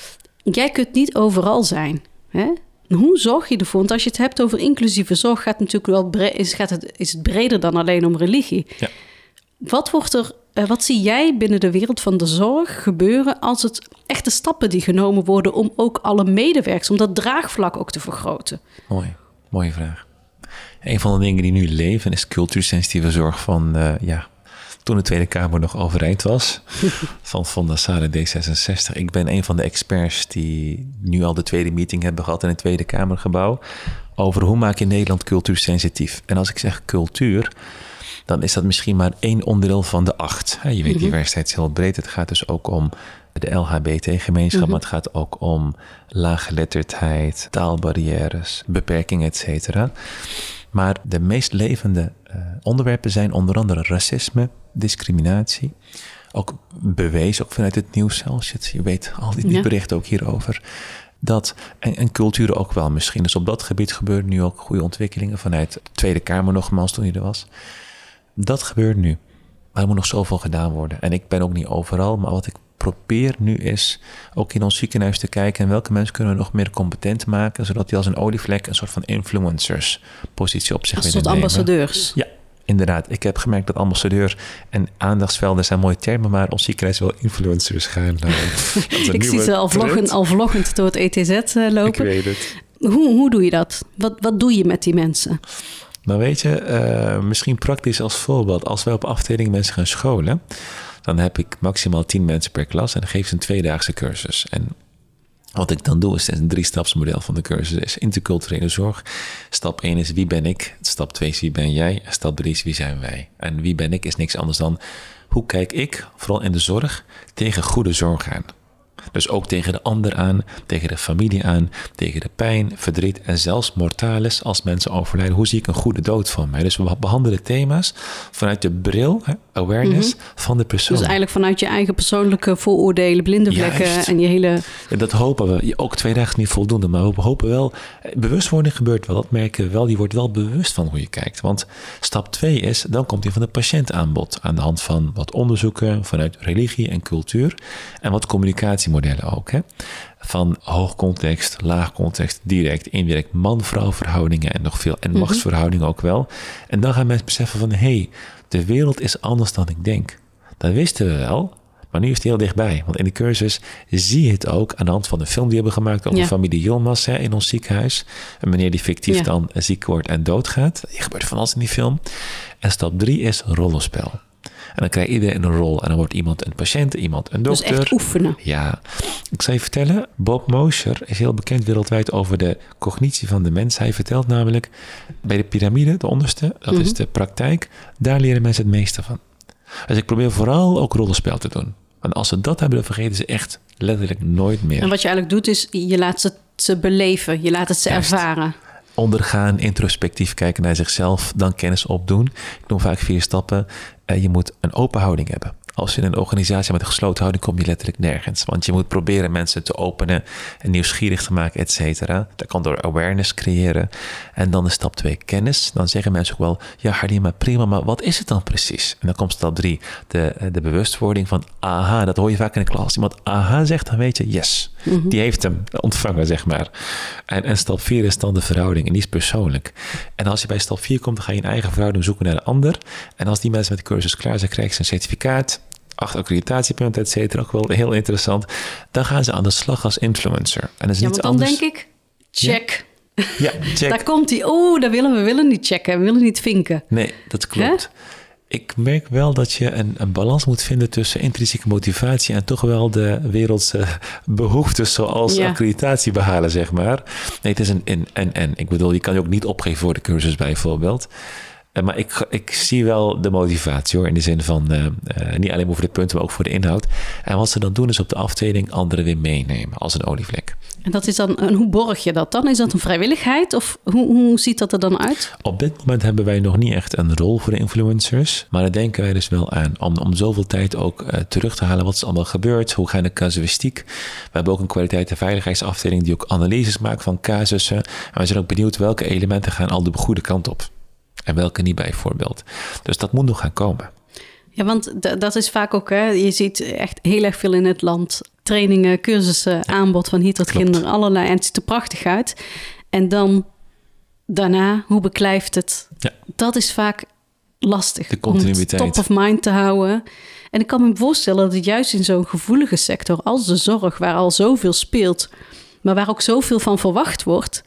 Jij kunt niet overal zijn. Hè? Hoe zorg je ervoor? Want als je het hebt over inclusieve zorg, gaat het natuurlijk wel bre- is, gaat het, is het breder dan alleen om religie. Ja. Wat wordt er, uh, wat zie jij binnen de wereld van de zorg gebeuren als het echte stappen die genomen worden om ook alle medewerkers, om dat draagvlak ook te vergroten? Mooi, mooie vraag. Een van de dingen die nu leven is cultuursensitieve zorg van, uh, ja, toen de Tweede Kamer nog overeind was, van Fonda Sade D zesenzestig. Ik ben een van de experts die nu al de tweede meeting hebben gehad in het Tweede Kamergebouw over hoe maak je Nederland cultuursensitief. En als ik zeg cultuur, dan is dat misschien maar één onderdeel van de acht. Je weet, mm-hmm. diversiteit is heel breed. Het gaat dus ook om de L H B T-gemeenschap, mm-hmm. maar het gaat ook om laaggeletterdheid, taalbarrières, beperkingen, et cetera. Maar de meest levende uh, onderwerpen zijn onder andere racisme, discriminatie. Ook bewezen, ook vanuit het nieuws zelfs. Je weet al die, die ja. berichten ook hierover. Dat, en, en cultuur ook wel misschien. Dus op dat gebied gebeuren nu ook goede ontwikkelingen. Vanuit de Tweede Kamer nogmaals toen hij er was. Dat gebeurt nu. Maar er moet nog zoveel gedaan worden. En ik ben ook niet overal. Maar wat ik probeer nu is ook in ons ziekenhuis te kijken en welke mensen kunnen we nog meer competent maken, zodat die als een olievlek een soort van influencers positie op zich willen nemen. Als soort ambassadeurs. Ja, inderdaad. Ik heb gemerkt dat ambassadeur en aandachtsvelden zijn mooie termen, maar ons ziekenhuis wil influencers gaan. Nou, ik zie ze al, vloggen, al vloggend door het E T Z uh, lopen. Ik weet het. Hoe, hoe doe je dat? Wat, wat doe je met die mensen? Nou weet je, uh, misschien praktisch als voorbeeld. Als wij op afdeling mensen gaan scholen, dan heb ik maximaal tien mensen per klas en dan geef ze een tweedaagse cursus. En wat ik dan doe is een drie-stapsmodel van de cursus. is interculturele zorg. Stap één is wie ben ik? Stap twee is wie ben jij? En stap drie is wie zijn wij? En wie ben ik is niks anders dan hoe kijk ik, vooral in de zorg, tegen goede zorg aan. Dus ook tegen de ander aan, tegen de familie aan, tegen de pijn, verdriet en zelfs mortalis als mensen overlijden. Hoe zie ik een goede dood van mij? Dus we behandelen thema's vanuit de bril, hè, awareness, mm-hmm. van de persoon. Dus eigenlijk vanuit je eigen persoonlijke vooroordelen, blinde vlekken Juist. en je hele... Ja, dat hopen we. Ook twee dagen niet voldoende, maar we hopen wel... Bewustwording gebeurt wel, dat merken we wel. Die wordt wel bewust van hoe je kijkt. Want stap twee is, dan komt die van de patiënt aan bod. Aan de hand van wat onderzoeken vanuit religie en cultuur. En wat communicatiemodellen ook. Hè? Van hoog context, laag context, direct, indirect, man-vrouw verhoudingen en nog veel. En mm-hmm. machtsverhoudingen ook wel. En dan gaan mensen beseffen van, hé, hey, de wereld is anders dan ik denk. Dat wisten we wel. Maar nu is het heel dichtbij. Want in de cursus zie je het ook aan de hand van de film die we hebben gemaakt over ja. familie Yilmaz in ons ziekenhuis. Een meneer die fictief ja. dan ziek wordt en doodgaat. Er gebeurt van alles in die film. En stap drie is rollenspel. En dan krijgt iedereen een rol. En dan wordt iemand een patiënt, iemand een dokter. Dus echt oefenen. Ja. Ik zal je vertellen, Bob Mosher is heel bekend wereldwijd over de cognitie van de mens. Hij vertelt namelijk, bij de piramide, de onderste, dat mm-hmm. is de praktijk, daar leren mensen het meeste van. Dus ik probeer vooral ook rollenspel te doen. Want als ze dat hebben, dan vergeten ze echt letterlijk nooit meer. En wat je eigenlijk doet, is je laat ze, ze beleven. Je laat het ze Juist. ervaren. Ondergaan, introspectief kijken naar zichzelf, dan kennis opdoen. Ik noem vaak vier stappen. Uh, je moet een open houding hebben. Als je in een organisatie met een gesloten houding kom je letterlijk nergens. Want je moet proberen mensen te openen en nieuwsgierig te maken, et cetera. Dat kan door awareness creëren. En dan is stap twee kennis. Dan zeggen mensen ook wel, ja Harima, prima, maar wat is het dan precies? En dan komt stap drie, de, de bewustwording van aha. Dat hoor je vaak in de klas. Als iemand aha zegt, dan weet je, yes, mm-hmm. die heeft hem ontvangen, zeg maar. En, en stap vier is dan de verhouding en die is persoonlijk. En als je bij stap vier komt, dan ga je een eigen verhouding zoeken naar de ander. En als die mensen met de cursus klaar zijn, krijgen ze een certificaat. Acht accreditatiepunten, et cetera. Ook wel heel interessant. Dan gaan ze aan de slag als influencer. En dat is ja, niet want dan anders. denk ik, check. Ja, ja check. Daar komt hij. Oeh, dat willen we. We willen niet checken. We willen niet vinken. Nee, dat klopt. Hè? Ik merk wel dat je een, een balans moet vinden tussen intrinsieke motivatie en toch wel de wereldse behoeftes zoals ja. accreditatie behalen, zeg maar. Nee, het is een en en en. Ik bedoel, je kan je ook niet opgeven voor de cursus bijvoorbeeld. Maar ik, ik zie wel de motivatie hoor. In de zin van uh, uh, niet alleen voor de punten, maar ook voor de inhoud. En wat ze dan doen is op de afdeling anderen weer meenemen als een olievlek. En dat is dan, en hoe borg je dat dan? Is dat een vrijwilligheid of hoe, hoe ziet dat er dan uit? Op dit moment hebben wij nog niet echt een rol voor de influencers. Maar daar denken wij dus wel aan. Om, om zoveel tijd ook uh, terug te halen wat is allemaal gebeurd. Hoe gaan de casuïstiek? We hebben ook een kwaliteit- en veiligheidsafdeling die ook analyses maakt van casussen. En we zijn ook benieuwd welke elementen gaan al de goede kant op. En welke niet bijvoorbeeld. Dus dat moet nog gaan komen. Ja, want d- dat is vaak ook, hè, je ziet echt heel erg veel in het land. Trainingen, cursussen, ja, aanbod van hier tot kinderen, allerlei. En het ziet er prachtig uit. En dan daarna, hoe beklijft het? Ja. Dat is vaak lastig. De continuïteit. Om het top of mind te houden. En ik kan me voorstellen dat het juist in zo'n gevoelige sector als de zorg, waar al zoveel speelt, maar waar ook zoveel van verwacht wordt,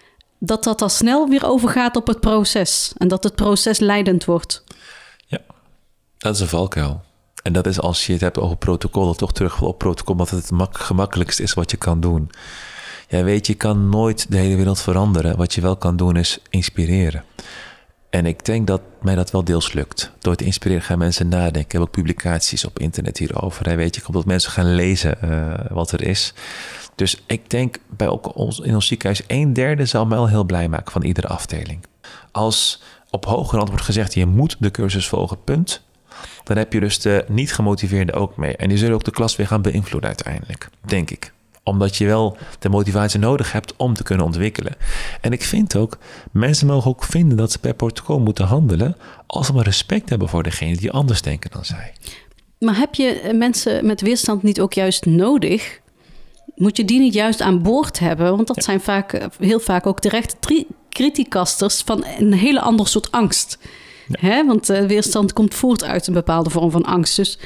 dat dat al snel weer overgaat op het proces. En dat het proces leidend wordt. Ja, dat is een valkuil. En dat is als je het hebt over protocol, dat toch terug op protocol, omdat het het mak- gemakkelijkste is wat je kan doen. Ja, weet je, je kan nooit de hele wereld veranderen. Wat je wel kan doen is inspireren. En ik denk dat mij dat wel deels lukt. Door te inspireren gaan mensen nadenken. Ik heb ook publicaties op internet hierover. Hè. Weet je, ik hoop dat mensen gaan lezen uh, wat er is. Dus ik denk bij ook ons, in ons ziekenhuis, een derde zal mij wel heel blij maken van iedere afdeling. Als op hoger hand wordt gezegd, je moet de cursus volgen, punt. Dan heb je dus de niet gemotiveerde ook mee. En die zullen ook de klas weer gaan beïnvloeden uiteindelijk, denk ik. Omdat je wel de motivatie nodig hebt om te kunnen ontwikkelen. En ik vind ook, mensen mogen ook vinden dat ze per protocol moeten handelen als ze maar respect hebben voor degene die anders denken dan zij. Maar heb je mensen met weerstand niet ook juist nodig? Moet je die niet juist aan boord hebben? Want dat ja. zijn vaak, heel vaak ook terecht tri- criticasters van een hele ander soort angst. Ja. Hè? Want uh, weerstand komt voort uit een bepaalde vorm van angst. Dus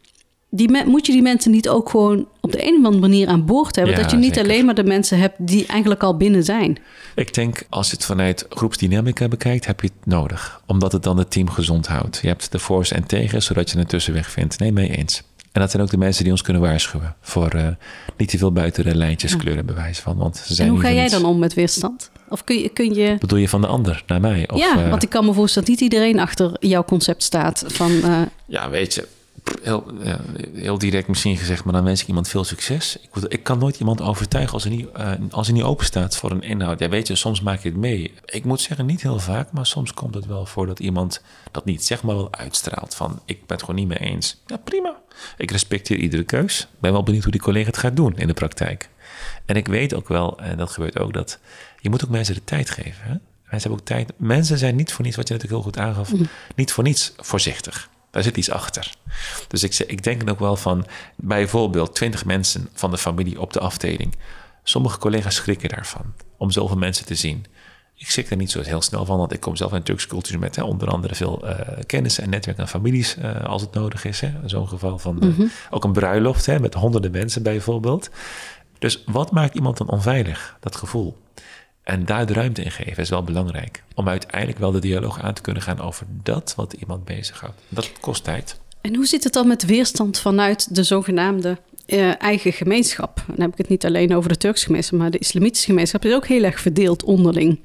die me- moet je die mensen niet ook gewoon op de een of andere manier aan boord hebben? Ja, dat je niet zeker. alleen maar de mensen hebt die eigenlijk al binnen zijn. Ik denk, als je het vanuit groepsdynamica bekijkt, heb je het nodig. Omdat het dan het team gezond houdt. Je hebt de voor's en tegen, zodat je een tussenweg vindt. Nee, mee eens. En dat zijn ook de mensen die ons kunnen waarschuwen. Voor uh, niet te veel buiten de lijntjes ja. kleuren bewijs van. Want ze zijn en hoe ga jij iets... dan om met weerstand? Of kun je, kun je... Bedoel je van de ander naar mij? Of, ja, uh... want ik kan me voorstellen dat niet iedereen achter jouw concept staat. Van, uh... Ja, weet je, heel, ja, heel direct misschien gezegd, maar dan wens ik iemand veel succes. Ik, ik kan nooit iemand overtuigen als hij niet, uh, als hij niet open staat voor een inhoud. Ja, weet je, soms maak je het mee. Ik moet zeggen, niet heel vaak, maar soms komt het wel voor dat iemand dat niet, zeg maar, wel uitstraalt. Van, ik ben het gewoon niet mee eens. Ja, prima. Ik respecteer iedere keus. Ik ben wel benieuwd hoe die collega het gaat doen in de praktijk. En ik weet ook wel, en dat gebeurt ook, dat je moet ook mensen de tijd geven. Hè? Mensen hebben ook tijd. Mensen zijn niet voor niets, wat je natuurlijk heel goed aangaf, mm. niet voor niets voorzichtig. Daar zit iets achter. Dus ik, ik denk ook wel van, bijvoorbeeld twintig mensen van de familie op de afdeling. Sommige collega's schrikken daarvan, om zoveel mensen te zien. Ik schrik er niet zo heel snel van, want ik kom zelf in een Turkse cultuur met hè, onder andere veel uh, kennis en netwerk en families, uh, als het nodig is. Hè. In zo'n geval van de, mm-hmm. ook een bruiloft hè, met honderden mensen bijvoorbeeld. Dus wat maakt iemand dan onveilig, dat gevoel? En daar de ruimte in geven is wel belangrijk. Om uiteindelijk wel de dialoog aan te kunnen gaan over dat wat iemand bezighoudt. Dat kost tijd. En hoe zit het dan met weerstand vanuit de zogenaamde uh, eigen gemeenschap? Dan heb ik het niet alleen over de Turkse gemeenschap, maar de islamitische gemeenschap is ook heel erg verdeeld onderling.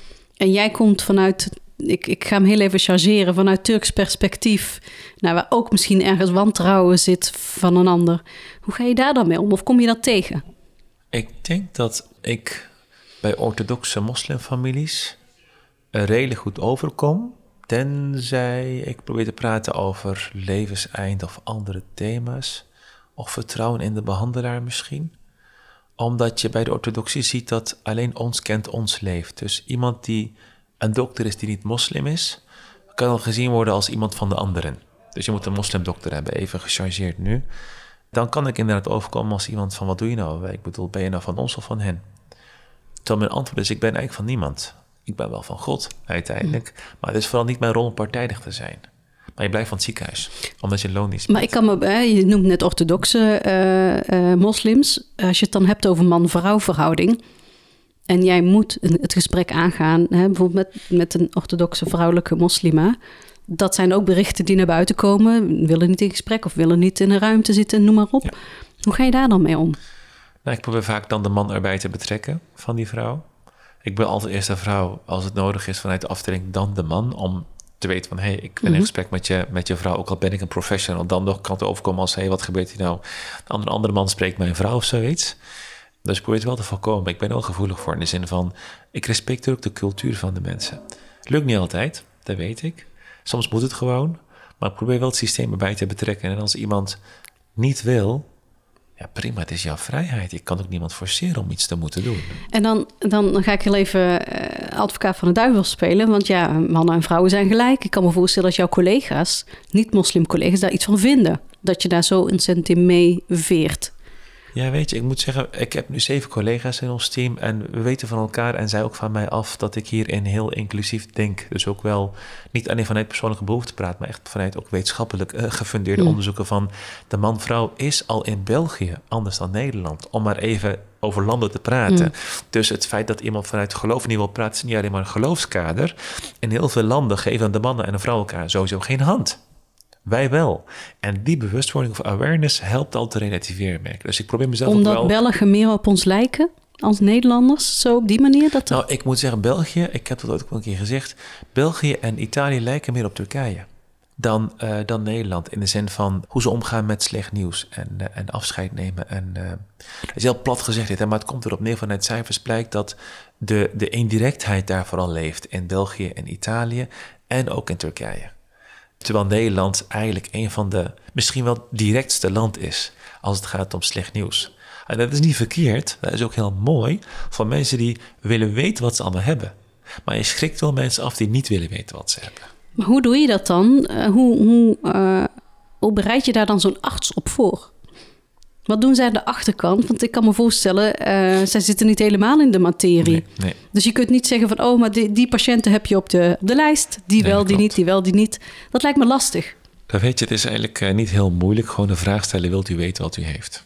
En jij komt vanuit, ik, ik ga hem heel even chargeren, vanuit Turks perspectief, nou, waar ook misschien ergens wantrouwen zit van een ander. Hoe ga je daar dan mee om? Of kom je dat tegen? Ik denk dat ik bij orthodoxe moslimfamilies redelijk goed overkom, tenzij ik probeer te praten over levenseind of andere thema's, of vertrouwen in de behandelaar misschien. Omdat je bij de orthodoxie ziet dat alleen ons kent, ons leeft. Dus iemand die een dokter is die niet moslim is, kan al gezien worden als iemand van de anderen. Dus je moet een moslimdokter hebben, even gechargeerd nu. Dan kan ik inderdaad overkomen als iemand van, wat doe je nou? Ik bedoel, ben je nou van ons of van hen? Terwijl mijn antwoord is, ik ben eigenlijk van niemand. Ik ben wel van God, uiteindelijk. Mm. Maar het is vooral niet mijn rol om partijdig te zijn. Maar je blijft van het ziekenhuis, omdat je een loondienst bent. Maar ik kan me, je noemt net orthodoxe uh, uh, moslims. Als je het dan hebt over man-vrouw verhouding, en jij moet het gesprek aangaan, hè, bijvoorbeeld met, met een orthodoxe vrouwelijke moslima. Dat zijn ook berichten die naar buiten komen. Willen niet in gesprek of willen niet in een ruimte zitten, noem maar op. Ja. Hoe ga je daar dan mee om? Nou, ik probeer vaak dan de man erbij te betrekken van die vrouw. Ik ben altijd eerst de vrouw, als het nodig is vanuit de afdeling, dan de man. Om te weten van, hé, hey, ik ben mm-hmm. in gesprek met je, met je vrouw, ook al ben ik een professional. Dan nog kan het overkomen als, hé, hey, wat gebeurt hier nou? De andere, andere man spreekt mijn vrouw of zoiets. Dus ik probeer het wel te voorkomen. Ik ben er wel gevoelig voor in de zin van, ik respecteer ook de cultuur van de mensen. Lukt niet altijd, dat weet ik. Soms moet het gewoon, maar ik probeer wel het systeem erbij te betrekken. En als iemand niet wil, ja prima, het is jouw vrijheid. Ik kan ook niemand forceren om iets te moeten doen. En dan, dan ga ik heel even uh, advocaat van de duivel spelen. Want ja, mannen en vrouwen zijn gelijk. Ik kan me voorstellen dat jouw collega's, niet-moslim-collega's, daar iets van vinden. Dat je daar zo ontzettend in meeveert. Ja, weet je, ik moet zeggen, ik heb nu zeven collega's in ons team en we weten van elkaar en zij ook van mij af dat ik hierin heel inclusief denk. Dus ook wel niet alleen vanuit persoonlijke behoefte praat, maar echt vanuit ook wetenschappelijk uh, gefundeerde mm. onderzoeken van de man-vrouw is al in België anders dan Nederland. Om maar even over landen te praten. Mm. Dus het feit dat iemand vanuit geloof niet wil praten, is niet alleen maar een geloofskader. In heel veel landen geven de mannen en de vrouw elkaar sowieso geen hand. Wij wel. En die bewustwording of awareness helpt al te relativeren, merk. Dus ik probeer mezelf Omdat ook wel... Belgen meer op ons lijken als Nederlanders, zo op die manier? Dat er... Nou, ik moet zeggen, België, ik heb dat ook een keer gezegd, België en Italië lijken meer op Turkije dan, uh, dan Nederland. In de zin van hoe ze omgaan met slecht nieuws en, uh, en afscheid nemen. En, uh, dat is heel plat gezegd, dit, hè, maar het komt erop neer vanuit cijfers blijkt dat de, de indirectheid daar vooral leeft in België en Italië en ook in Turkije. Terwijl Nederland eigenlijk een van de misschien wel directste land is als het gaat om slecht nieuws. En dat is niet verkeerd, dat is ook heel mooi van mensen die willen weten wat ze allemaal hebben. Maar je schrikt wel mensen af die niet willen weten wat ze hebben. Maar hoe doe je dat dan? Uh, hoe, hoe, uh, hoe bereid je daar dan zo'n arts op voor? Wat doen zij aan de achterkant? Want ik kan me voorstellen, uh, zij zitten niet helemaal in de materie. Nee, nee. Dus je kunt niet zeggen van, oh, maar die, die patiënten heb je op de, op de lijst. Die nee, wel, die niet, die wel, die niet. Dat lijkt me lastig. Dat weet je, het is eigenlijk uh, niet heel moeilijk. Gewoon een vraag stellen, wilt u weten wat u heeft?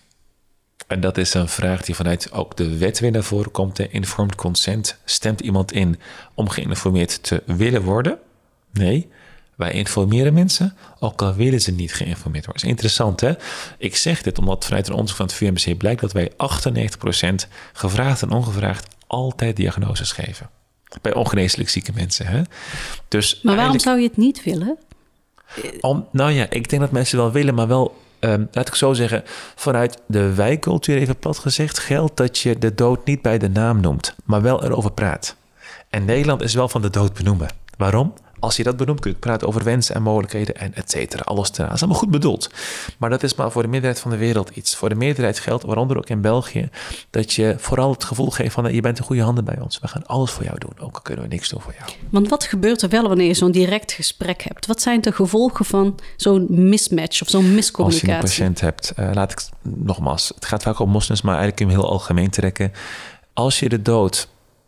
En dat is een vraag die vanuit ook de wet weer naar voren komt. Hè? Informed consent. Stemt iemand in om geïnformeerd te willen worden? Nee. Wij informeren mensen, ook al willen ze niet geïnformeerd worden. Dat is interessant, hè? Ik zeg dit omdat vanuit een onderzoek van het V M C blijkt dat wij achtennegentig procent gevraagd en ongevraagd altijd diagnoses geven. Bij ongeneeslijk zieke mensen, hè? Dus maar waarom zou je het niet willen? Om, nou ja, ik denk dat mensen wel willen, maar wel, um, laat ik zo zeggen, vanuit de wij-cultuur, even plat gezegd, geldt dat je de dood niet bij de naam noemt, maar wel erover praat. En Nederland is wel van de dood benoemen. Waarom? Als je dat benoemt, kun je praten over wensen en mogelijkheden en et cetera. Alles eraan. Dat is allemaal goed bedoeld. Maar dat is maar voor de meerderheid van de wereld iets. Voor de meerderheid geldt, waaronder ook in België, dat je vooral het gevoel geeft van, je bent in goede handen bij ons. We gaan alles voor jou doen, ook al kunnen we niks doen voor jou. Want wat gebeurt er wel wanneer je zo'n direct gesprek hebt? Wat zijn de gevolgen van zo'n mismatch of zo'n miscommunicatie? Als je een patiënt hebt, uh, laat ik nogmaals, het gaat vaak om moslims, maar eigenlijk kun je hem heel algemeen trekken. Als je de dood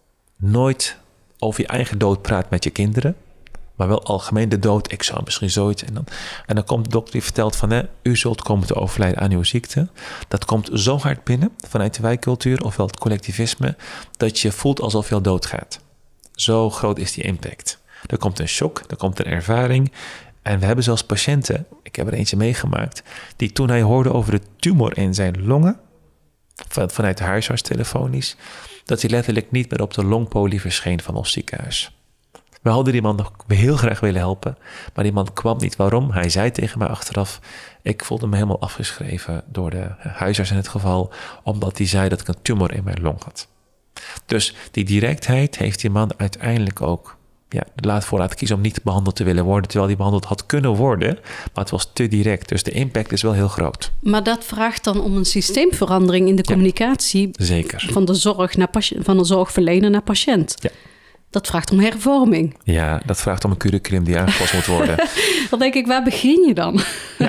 nooit over je eigen dood praat met je kinderen, maar wel algemeen de dood, ik zou misschien zoiets. En dan, en dan komt de dokter die vertelt van, hè, u zult komen te overlijden aan uw ziekte. Dat komt zo hard binnen vanuit de wijkcultuur, ofwel het collectivisme, dat je voelt alsof je al doodgaat. Zo groot is die impact. Er komt een shock, er komt een ervaring. En we hebben zelfs patiënten, ik heb er eentje meegemaakt, die toen hij hoorde over de tumor in zijn longen, van, vanuit de huisarts telefonisch, dat hij letterlijk niet meer op de longpolie verscheen van ons ziekenhuis. We hadden die man nog heel graag willen helpen, maar die man kwam niet. Waarom? Hij zei tegen mij achteraf, ik voelde me helemaal afgeschreven door de huisarts in het geval, omdat hij zei dat ik een tumor in mijn long had. Dus die directheid heeft die man uiteindelijk ook, ja, laat voor laten kiezen om niet behandeld te willen worden, terwijl die behandeld had kunnen worden, maar het was te direct. Dus de impact is wel heel groot. Maar dat vraagt dan om een systeemverandering in de communicatie, ja, zeker. Van de zorg naar patiënt, van de zorgverlener naar patiënt. Ja. Dat vraagt om hervorming. Ja, dat vraagt om een curriculum die aangepast moet worden. Dan denk ik, waar begin je dan? Ja,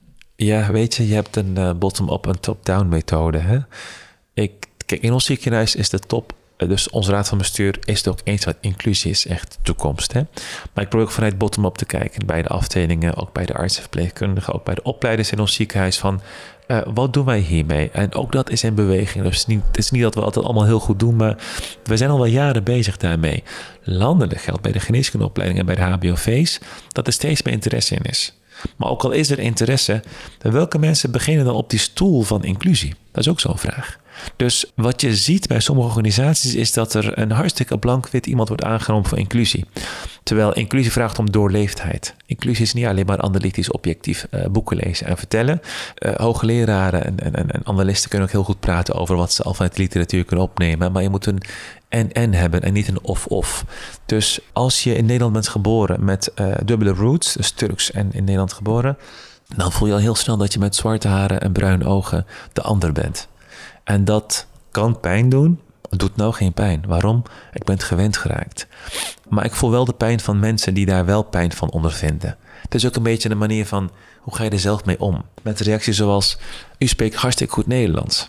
ja, weet je, je hebt een uh, bottom-up en top-down methode. Hè? Ik, kijk, in ons ziekenhuis is de top, dus onze raad van bestuur is het ook eens wat inclusie is echt toekomst. Hè? Maar ik probeer ook vanuit bottom-up te kijken bij de afdelingen, ook bij de artsen, verpleegkundigen, ook bij de opleiders in ons ziekenhuis van, Uh, wat doen wij hiermee? En ook dat is in beweging. Dus het is, niet, het is niet dat we altijd allemaal heel goed doen, maar we zijn al wel jaren bezig daarmee. Landelijk geldt bij de geneeskundeopleiding en bij de H B O V's dat er steeds meer interesse in is. Maar ook al is er interesse, welke mensen beginnen dan op die stoel van inclusie? Dat is ook zo'n vraag. Dus wat je ziet bij sommige organisaties is dat er een hartstikke blank-wit iemand wordt aangenomen voor inclusie. Terwijl inclusie vraagt om doorleefdheid. Inclusie is niet alleen maar analytisch, objectief uh, boeken lezen en vertellen. Uh, hoogleraren en, en, en analisten kunnen ook heel goed praten over wat ze al vanuit de literatuur kunnen opnemen. Maar je moet een en-en hebben en niet een of-of. Dus als je in Nederland bent geboren met uh, dubbele roots, dus Turks en in Nederland geboren, dan voel je al heel snel dat je met zwarte haren en bruine ogen de ander bent. En dat kan pijn doen. Het doet nou geen pijn. Waarom? Ik ben het gewend geraakt. Maar ik voel wel de pijn van mensen die daar wel pijn van ondervinden. Het is ook een beetje een manier van, hoe ga je er zelf mee om? Met reacties zoals, u spreekt hartstikke goed Nederlands.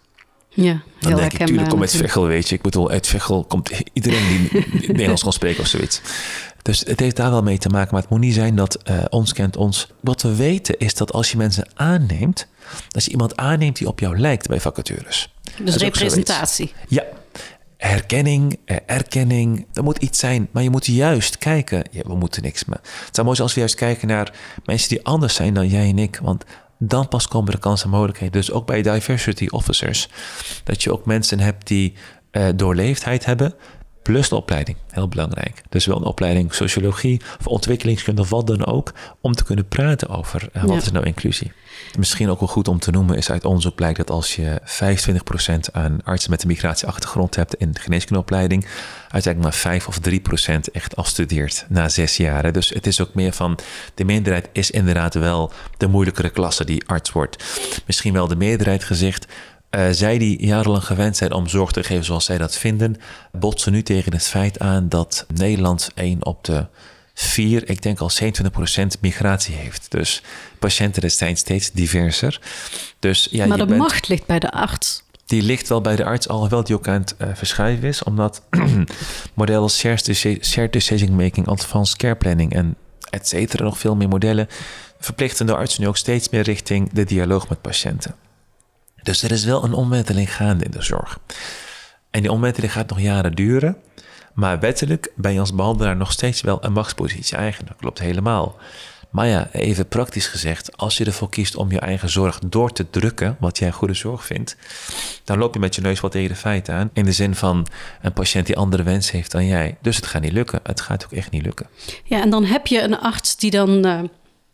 Ja, dan denk ik, tuurlijk, kom uit Veghel, weet je. Ik bedoel, uit Veghel komt iedereen die Nederlands kan spreken of zoiets. Dus het heeft daar wel mee te maken. Maar het moet niet zijn dat uh, ons kent ons. Wat we weten is dat als je mensen aanneemt, als je iemand aanneemt die op jou lijkt bij vacatures. Dus representatie. Ja, herkenning, erkenning, er moet iets zijn. Maar je moet juist kijken, ja, we moeten niks meer. Het zou mooi zijn als we juist kijken naar mensen die anders zijn dan jij en ik. Want dan pas komen de kansen en mogelijkheden. Dus ook bij diversity officers. Dat je ook mensen hebt die uh, doorleefdheid hebben. Plus de opleiding, heel belangrijk. Dus wel een opleiding sociologie of ontwikkelingskunde of wat dan ook, om te kunnen praten over uh, wat ja. is nou inclusie. Misschien ook wel goed om te noemen is uit onderzoek blijkt dat als je vijfentwintig procent aan artsen met een migratieachtergrond hebt in de geneeskundeopleiding, uiteindelijk maar vijf of drie procent echt afstudeert na zes jaar. Dus het is ook meer van, de meerderheid is inderdaad wel de moeilijkere klasse die arts wordt. Misschien wel de meerderheid gezegd, Uh, zij die jarenlang gewend zijn om zorg te geven zoals zij dat vinden, botsen nu tegen het feit aan dat Nederland één op de vier, ik denk al zevenentwintig procent migratie heeft. Dus patiënten zijn steeds diverser. Dus, ja, maar de bent, macht ligt bij de arts. Die ligt wel bij de arts, alhoewel die ook aan het uh, verschuiven is, omdat modellen als shared decision making, advanced care planning en et cetera, nog veel meer modellen, verplichten de artsen nu ook steeds meer richting de dialoog met patiënten. Dus er is wel een omwenteling gaande in de zorg. En die omwenteling gaat nog jaren duren. Maar wettelijk ben je als behandelaar nog steeds wel een machtspositie eigen. Dat klopt helemaal. Maar ja, even praktisch gezegd, als je ervoor kiest om je eigen zorg door te drukken, wat jij goede zorg vindt, dan loop je met je neus wat tegen de feiten aan. In de zin van een patiënt die andere wensen heeft dan jij. Dus het gaat niet lukken. Het gaat ook echt niet lukken. Ja, en dan heb je een arts die dan uh,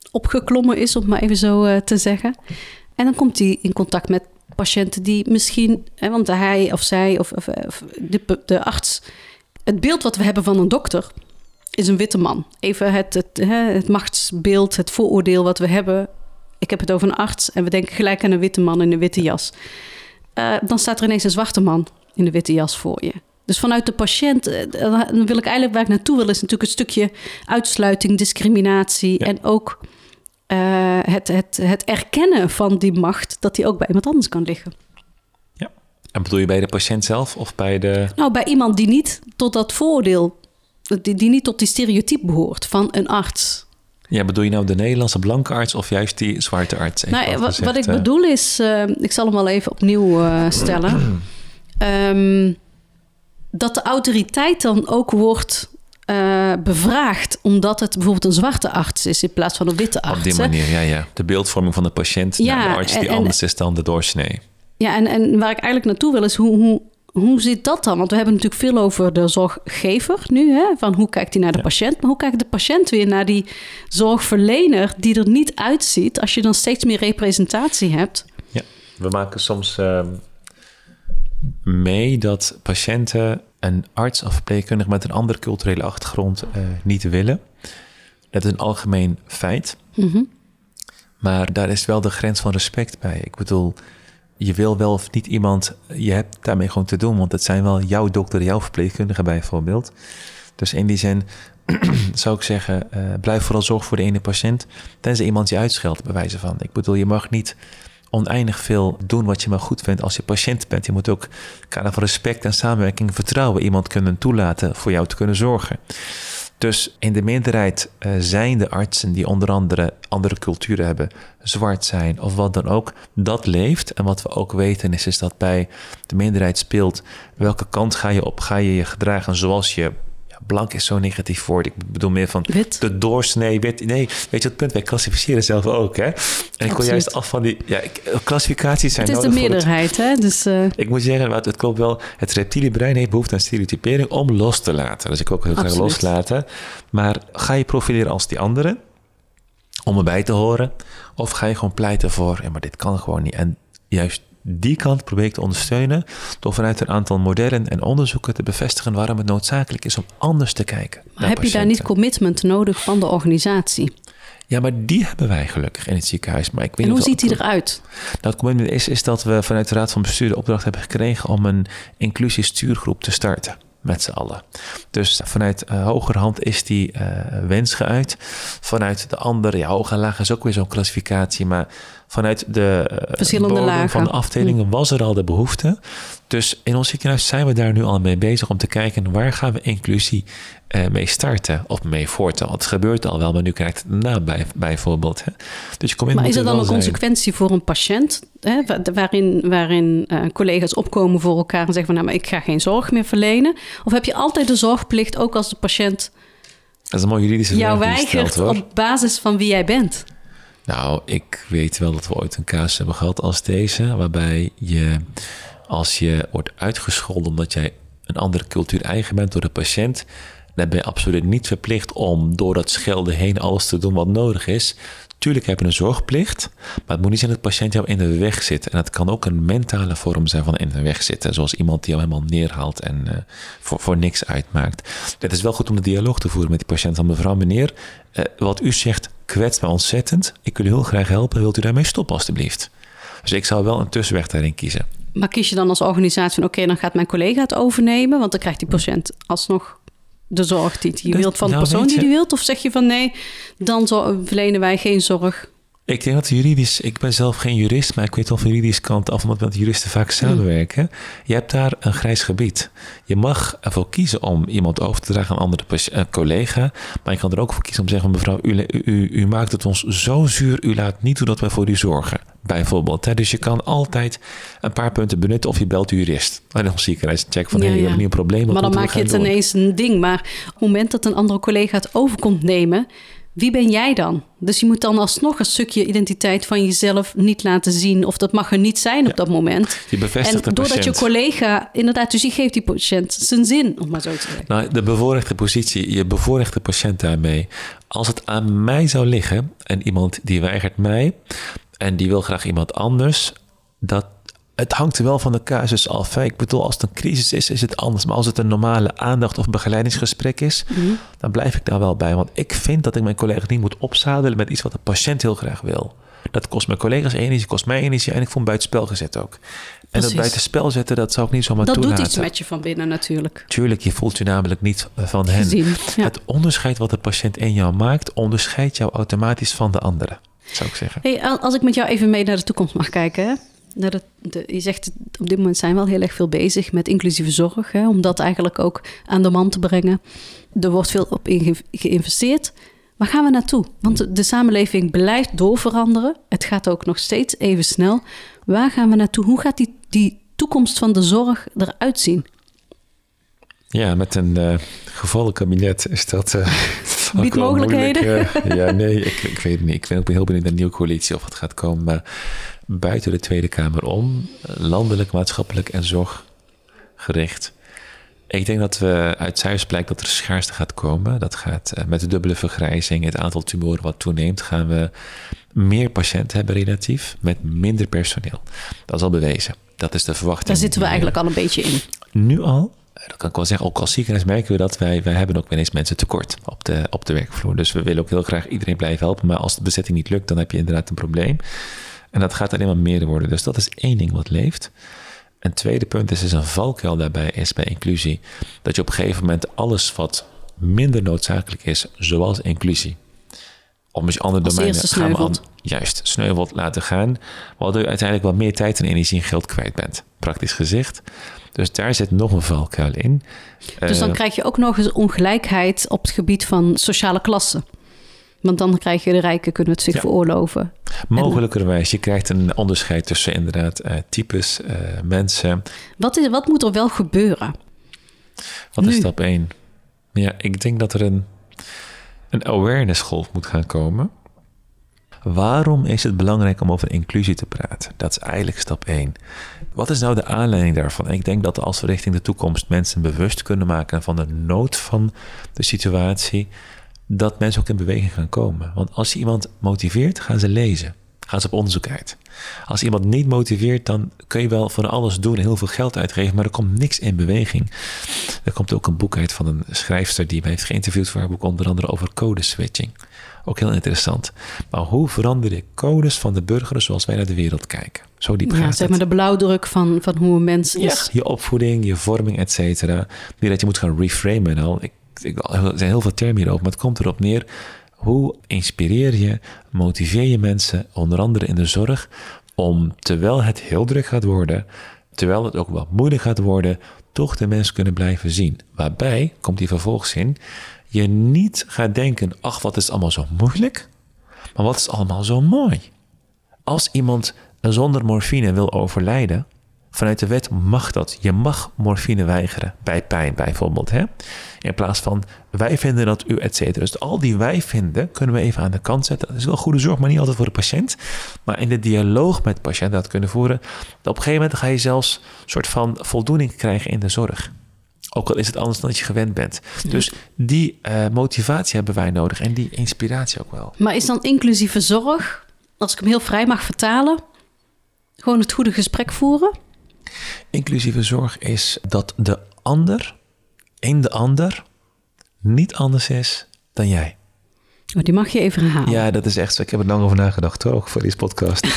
opgeklommen is, om het maar even zo uh, te zeggen. En dan komt hij in contact met patiënten die misschien... Hè, want hij of zij of, of, of de, de arts... Het beeld wat we hebben van een dokter is een witte man. Even het, het, het machtsbeeld, het vooroordeel wat we hebben. Ik heb het over een arts en we denken gelijk aan een witte man in een witte jas. Uh, dan staat er ineens een zwarte man in een witte jas voor je. Dus vanuit de patiënt, uh, dan wil ik eigenlijk waar ik naartoe wil... is natuurlijk een stukje uitsluiting, discriminatie... Ja. En ook uh, het, het, het erkennen van die macht... dat die ook bij iemand anders kan liggen. Ja. En bedoel je bij de patiënt zelf of bij de... Nou, bij iemand die niet tot dat vooroordeel... die, die niet tot die stereotype behoort van een arts... Ja, bedoel je nou de Nederlandse blanke arts of juist die zwarte arts? Nou, wat, gezegd, wat ik uh... bedoel is, uh, ik zal hem wel even opnieuw uh, stellen. um, dat de autoriteit dan ook wordt uh, bevraagd, omdat het bijvoorbeeld een zwarte arts is in plaats van een witte arts. Op die manier, ja, ja. De beeldvorming van de patiënt ja, naar de arts die en, anders en, is dan de doorsnee. Ja, en, en waar ik eigenlijk naartoe wil is hoe... hoe Hoe zit dat dan? Want we hebben natuurlijk veel over de zorggever nu. Hè? Van hoe kijkt hij naar de ja. patiënt? Maar hoe kijkt de patiënt weer naar die zorgverlener... die er niet uitziet als je dan steeds meer representatie hebt? Ja, we maken soms uh, mee dat patiënten... een arts of verpleegkundige met een andere culturele achtergrond uh, niet willen. Dat is een algemeen feit. Mm-hmm. Maar daar is wel de grens van respect bij. Ik bedoel... Je wil wel of niet iemand, je hebt daarmee gewoon te doen... want het zijn wel jouw dokter, jouw verpleegkundige bijvoorbeeld. Dus in die zin zou ik zeggen... Uh, blijf vooral zorgen voor de ene patiënt... tenzij iemand je uitscheldt, bij wijze van. Ik bedoel, je mag niet oneindig veel doen wat je maar goed vindt als je patiënt bent. Je moet ook kader van respect en samenwerking... vertrouwen iemand kunnen toelaten voor jou te kunnen zorgen. Dus in de meerderheid uh, zijn de artsen die onder andere andere culturen hebben, zwart zijn of wat dan ook, dat leeft. En wat we ook weten is, is dat bij de meerderheid speelt welke kant ga je op, ga je je gedragen zoals je, ja, blank is zo'n negatief woord, ik bedoel meer van wit. De doorsnee, wit, nee, weet je het punt, wij klassificeren zelf ook, hè. En ik wil juist af van die, ja, klassificaties zijn nodig. Het is de meerderheid, hè. Dus, uh... Ik moet zeggen, het klopt wel, het reptiele brein heeft behoefte aan stereotypering om los te laten. Dus ik wil ook heel graag loslaten. Maar ga je profileren als die anderen, om erbij te horen, of ga je gewoon pleiten voor, ja, maar dit kan gewoon niet. En juist die kant probeer ik te ondersteunen door vanuit een aantal modellen en onderzoeken te bevestigen waarom het noodzakelijk is om anders te kijken. Maar heb je daar niet commitment nodig van de organisatie? Ja, maar die hebben wij gelukkig in het ziekenhuis. Maar ik weet en hoe ziet die eruit? Nou, het commitment is, is dat we vanuit de Raad van Bestuur de opdracht hebben gekregen om een inclusiestuurgroep te starten. Met z'n allen. Dus vanuit uh, hogerhand is die uh, wens geuit. Vanuit de andere, ja, hoog en laag is ook weer zo'n klassificatie. Maar vanuit de uh, verschillende lagen van de afdelingen hm. was er al de behoefte. Dus in ons ziekenhuis zijn we daar nu al mee bezig om te kijken waar gaan we inclusie uh, mee starten of mee voorten. Want het gebeurt al wel, maar nu krijgt het na bij, bijvoorbeeld. Hè. Dus je maar is er dan een zijn. consequentie voor een patiënt, hè, waarin, waarin uh, collega's opkomen voor elkaar en zeggen van nou, maar ik ga geen zorg meer verlenen? Of heb je altijd de zorgplicht ook als de patiënt dat is een mooie juridische jou weigert stelt, op basis van wie jij bent? Nou, ik weet wel dat we ooit een casus hebben gehad als deze, waarbij je, als je wordt uitgescholden omdat jij een andere cultuur eigen bent door de patiënt, dan ben je absoluut niet verplicht om door dat schelden heen alles te doen wat nodig is. Tuurlijk heb je een zorgplicht, maar het moet niet zijn dat de patiënt jou in de weg zit. En het kan ook een mentale vorm zijn van in de weg zitten. Zoals iemand die jou helemaal neerhaalt en uh, voor, voor niks uitmaakt. Het is wel goed om de dialoog te voeren met die patiënt. Van mevrouw, meneer, uh, wat u zegt kwetst mij ontzettend. Ik wil u heel graag helpen. Wilt u daarmee stoppen alstublieft? Dus ik zou wel een tussenweg daarin kiezen. Maar kies je dan als organisatie van oké, okay, dan gaat mijn collega het overnemen. Want dan krijgt die patiënt alsnog de zorg die je wilt van de nou, persoon die je wilt? Of zeg je van nee, dan zo, verlenen wij geen zorg? Ik denk dat juridisch, ik ben zelf geen jurist, maar ik weet wel van juridische kant af, omdat juristen vaak samenwerken. Mm. Je hebt daar een grijs gebied. Je mag ervoor kiezen om iemand over te dragen aan een andere uh, collega, maar je kan er ook voor kiezen om te zeggen, mevrouw, u, u, u, u maakt het ons zo zuur, u laat niet toe dat wij voor u zorgen. Bijvoorbeeld. Hè? Dus je kan altijd een paar punten benutten of je belt de jurist. En dan zie ik een check van, ja, hey, je ja. hebt niet een probleem. Maar dan maak je het door. ineens een ding. Maar op het moment dat een andere collega het over komt nemen, wie ben jij dan? Dus je moet dan alsnog een stukje identiteit van jezelf niet laten zien. Of dat mag er niet zijn op ja, dat moment. Je bevestigt en de doordat patiënt. je collega, inderdaad, dus je geeft die patiënt zijn zin, om maar zo te zeggen. Nou, de bevoorrechte positie, je bevoorrecht de patiënt daarmee. Als het aan mij zou liggen en iemand die weigert mij en die wil graag iemand anders, dat het hangt er wel van de casus af. Hè? Ik bedoel, als het een crisis is, is het anders. Maar als het een normale aandacht- of begeleidingsgesprek is, mm-hmm. dan blijf ik daar wel bij. Want ik vind dat ik mijn collega's niet moet opzadelen met iets wat de patiënt heel graag wil. Dat kost mijn collega's energie, kost mij energie en ik vond buitenspel gezet ook. En Precies. dat buitenspel zetten, dat zou ik niet zomaar dat toelaten. Dat doet iets met je van binnen natuurlijk. Tuurlijk, je voelt je namelijk niet van hen. Gezien, ja. Het onderscheid wat de patiënt in jou maakt, onderscheidt jou automatisch van de anderen, zou ik zeggen. Hey, als ik met jou even mee naar de toekomst mag kijken, hè? Nou, de, de, je zegt, op dit moment zijn we al heel erg veel bezig met inclusieve zorg. Hè, om dat eigenlijk ook aan de man te brengen. Er wordt veel op inge- geïnvesteerd. Waar gaan we naartoe? Want de, de samenleving blijft doorveranderen. Het gaat ook nog steeds even snel. Waar gaan we naartoe? Hoe gaat die, die toekomst van de zorg eruit zien? Ja, met een uh, gevallen kabinet is dat... Uh, Biedt mogelijkheden? Uh, ja, nee, ik, ik weet het niet. Ik ben ook heel benieuwd naar een nieuwe coalitie of wat gaat komen. Maar buiten de Tweede Kamer om, landelijk, maatschappelijk en zorggericht. Ik denk dat we uit cijfers blijkt dat er schaarste gaat komen. Dat gaat uh, met de dubbele vergrijzing, het aantal tumoren wat toeneemt, gaan we meer patiënten hebben relatief met minder personeel. Dat is al bewezen. Dat is de verwachting. Daar zitten we eigenlijk al een beetje in. Nu al. Dat kan ik wel zeggen, ook als ziekenhuis merken we dat wij, wij hebben ook wel eens mensen tekort op de, op de werkvloer. Dus we willen ook heel graag iedereen blijven helpen. Maar als de bezetting niet lukt, dan heb je inderdaad een probleem. En dat gaat alleen maar meer worden. Dus dat is één ding wat leeft. Een tweede punt is, is een valkuil daarbij is bij inclusie. Dat je op een gegeven moment alles wat minder noodzakelijk is, zoals inclusie. Of misschien andere domeinen gaan we aan, juist sneuvelt laten gaan. Waardoor je uiteindelijk wat meer tijd en energie en geld kwijt bent. Praktisch gezegd. Dus daar zit nog een valkuil in. Dus dan uh, krijg je ook nog eens ongelijkheid op het gebied van sociale klassen. Want dan krijg je de rijken kunnen het zich ja. veroorloven. Mogelijkerwijs. Je krijgt een onderscheid tussen inderdaad uh, types, uh, mensen. Wat, is, wat moet er wel gebeuren? Wat nu? Is stap één? Ja, ik denk dat er een, een awareness golf moet gaan komen. Waarom is het belangrijk om over inclusie te praten? Dat is eigenlijk stap één. Wat is nou de aanleiding daarvan? En ik denk dat als we richting de toekomst mensen bewust kunnen maken van de nood van de situatie, dat mensen ook in beweging gaan komen. Want als je iemand motiveert, gaan ze lezen. Gaan ze op onderzoek uit. Als iemand niet motiveert, dan kun je wel van alles doen en heel veel geld uitgeven, maar er komt niks in beweging. Er komt ook een boek uit van een schrijfster die mij heeft geïnterviewd voor haar boek, onder andere over codeswitching. Ook heel interessant. Maar hoe verander je codes van de burgers zoals wij naar de wereld kijken? Zo diep gaat ja, zeg maar het. De blauwdruk van, van hoe een mens is. Ja, je opvoeding, je vorming, et cetera. Die dat je moet gaan reframen en al. Ik, ik, er zijn heel veel termen hierover, maar het komt erop neer. Hoe inspireer je, motiveer je mensen, onder andere in de zorg, om terwijl het heel druk gaat worden, terwijl het ook wat moeilijk gaat worden, toch de mensen kunnen blijven zien. Waarbij, komt die vervolgzin, je niet gaat denken, ach, wat is allemaal zo moeilijk, maar wat is allemaal zo mooi. Als iemand zonder morfine wil overlijden, vanuit de wet mag dat. Je mag morfine weigeren, bij pijn bijvoorbeeld. Hè? In plaats van, wij vinden dat u, et cetera. Dus al die wij vinden, kunnen we even aan de kant zetten. Dat is wel goede zorg, maar niet altijd voor de patiënt. Maar in de dialoog met de patiënt dat kunnen voeren, op een gegeven moment ga je zelfs een soort van voldoening krijgen in de zorg. Ook al is het anders dan dat je gewend bent. Dus die uh, motivatie hebben wij nodig en die inspiratie ook wel. Maar is dan inclusieve zorg, als ik hem heel vrij mag vertalen, gewoon het goede gesprek voeren? Inclusieve zorg is dat de ander in de ander niet anders is dan jij. Oh, die mag je even herhalen. Ja, dat is echt zo. Ik heb er lang over nagedacht, hoor, ook voor deze podcast.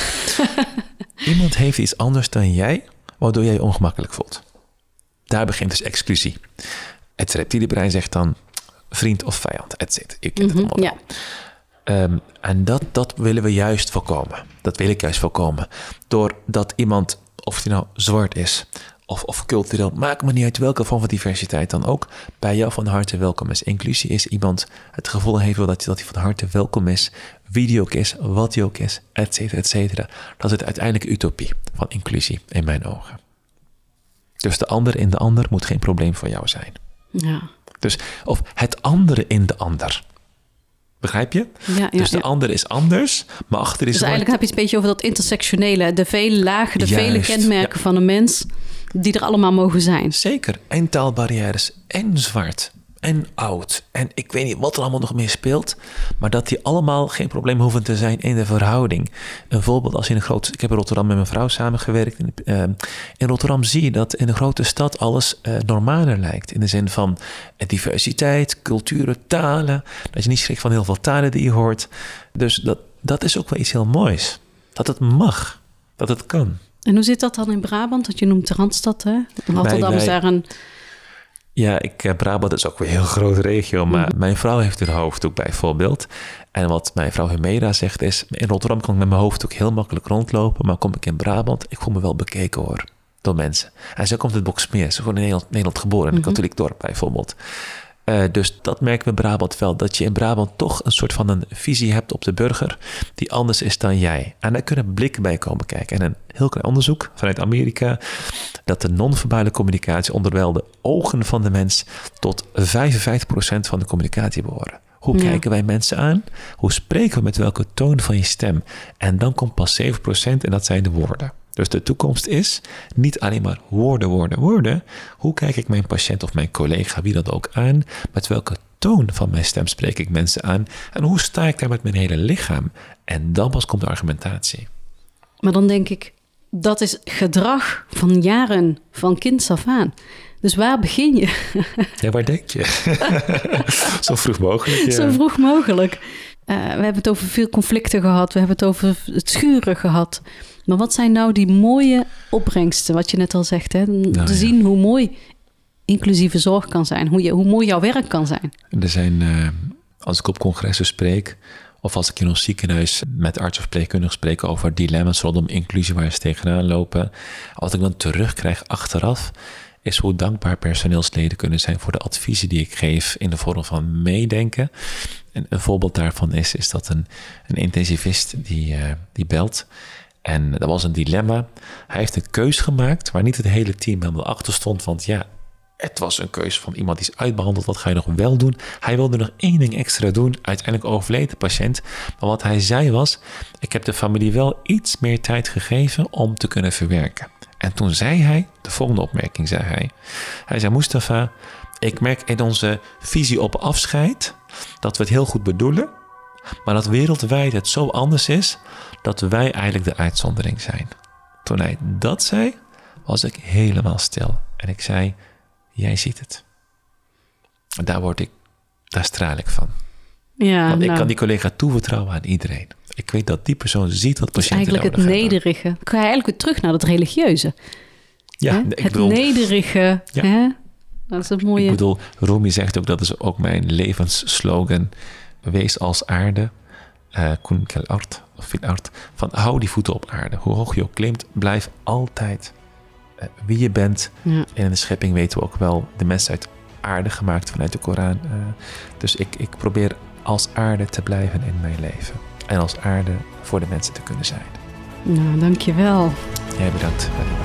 Iemand heeft iets anders dan jij, waardoor jij je ongemakkelijk voelt. Daar begint dus exclusie. Het reptiele brein zegt dan vriend of vijand, et cetera. Je kent mm-hmm, het allemaal. Ja. Um, en dat, dat willen we juist voorkomen. Dat wil ik juist voorkomen. Doordat iemand, of die nou zwart is of, of cultureel, maakt me niet uit welke vorm van diversiteit dan ook, bij jou van harte welkom is. Inclusie is iemand het gevoel heeft dat hij van harte welkom is, wie die ook is, wat die ook is, et cetera, et cetera. Dat is het uiteindelijke utopie van inclusie in mijn ogen. Dus de ander in de ander moet geen probleem voor jou zijn. Ja. Dus, of het andere in de ander. Begrijp je? Ja, ja, dus de ja. ander is anders, maar achter is... Dus eigenlijk heb je het een beetje over dat intersectionele. De vele lagen, de Juist, vele kenmerken ja. van een mens die er allemaal mogen zijn. Zeker. En taalbarrières. En zwart. En oud. En ik weet niet wat er allemaal nog meer speelt. Maar dat die allemaal geen probleem hoeven te zijn in de verhouding. Een voorbeeld als in een grote... Ik heb in Rotterdam met mijn vrouw samengewerkt. In, uh, in Rotterdam zie je dat in een grote stad alles uh, normaler lijkt. In de zin van uh, diversiteit, culturen, talen. Dat je niet schrikt van heel veel talen die je hoort. Dus dat, dat is ook wel iets heel moois. Dat het mag. Dat het kan. En hoe zit dat dan in Brabant? Want je noemt de Randstad, hè? Rotterdam is daar een... Ja, ik, Brabant is ook weer een heel grote regio. Maar mm. mijn vrouw heeft een hoofddoek bijvoorbeeld. En wat mijn vrouw Humera zegt is... In Rotterdam kan ik met mijn hoofddoek heel makkelijk rondlopen. Maar kom ik in Brabant, ik voel me wel bekeken hoor. Door mensen. En zo komt het Boksmeer. Ze is gewoon in Nederland, Nederland geboren. In een mm-hmm. katholiek dorp bijvoorbeeld. Uh, dus dat merken we in Brabant wel. Dat je in Brabant toch een soort van een visie hebt op de burger. Die anders is dan jij. En daar kunnen blikken bij komen kijken. En een heel klein onderzoek vanuit Amerika. Dat de non-verbale communicatie onder wel de ogen van de mens tot vijfenvijftig procent van de communicatie behoren. Hoe ja. kijken wij mensen aan? Hoe spreken we met welke toon van je stem? En dan komt pas zeven procent en dat zijn de woorden. Dus de toekomst is niet alleen maar woorden, woorden, woorden. Hoe kijk ik mijn patiënt of mijn collega, wie dat ook aan? Met welke toon van mijn stem spreek ik mensen aan? En hoe sta ik daar met mijn hele lichaam? En dan pas komt de argumentatie. Maar dan denk ik, dat is gedrag van jaren, van kinds af aan. Dus waar begin je? Ja, waar denk je? Zo vroeg mogelijk. Ja. Zo vroeg mogelijk. Uh, we hebben het over veel conflicten gehad. We hebben het over het schuren gehad. Maar wat zijn nou die mooie opbrengsten? Wat je net al zegt. Hè? Nou, te ja. zien hoe mooi inclusieve zorg kan zijn. Hoe, je, hoe mooi jouw werk kan zijn. Er zijn, uh, als ik op congressen spreek... of als ik in ons ziekenhuis met arts of verpleegkundigen spreek... over dilemma's rondom inclusie waar ze tegenaan lopen... wat ik dan terugkrijg achteraf... is hoe dankbaar personeelsleden kunnen zijn voor de adviezen die ik geef in de vorm van meedenken. En een voorbeeld daarvan is, is dat een, een intensivist die, uh, die belt. En dat was een dilemma. Hij heeft een keus gemaakt waar niet het hele team helemaal achter stond. Want ja, het was een keus van iemand die is uitbehandeld. Wat ga je nog wel doen? Hij wilde nog één ding extra doen. Uiteindelijk overleed de patiënt. Maar wat hij zei was, ik heb de familie wel iets meer tijd gegeven om te kunnen verwerken. En toen zei hij, de volgende opmerking zei hij. Hij zei, Mustafa, ik merk in onze visie op afscheid dat we het heel goed bedoelen, maar dat wereldwijd het zo anders is dat wij eigenlijk de uitzondering zijn. Toen hij dat zei, was ik helemaal stil. En ik zei, jij ziet het. En daar word ik, daar straal ik van. Ja, Want ik nou. kan die collega toevertrouwen aan iedereen. Ik weet dat die persoon ziet wat patiënten nodig hebben. Eigenlijk het nederige. Dan ga je eigenlijk weer terug naar het religieuze. Ja, Hè? ik het bedoel, nederige. Ja. Hè? Dat is het mooie. Ik bedoel, Rumi zegt ook, dat is ook mijn levensslogan. Wees als aarde. Uh, kun kel ard, of fil ard. Van hou die voeten op aarde. Hoe hoog je ook klimt, blijf altijd uh, wie je bent. Ja. En in de schepping weten we ook wel de mens uit aarde gemaakt vanuit de Koran. Uh, dus ik, ik probeer als aarde te blijven in mijn leven. En als aarde voor de mensen te kunnen zijn. Nou, dankjewel. Jij bedankt.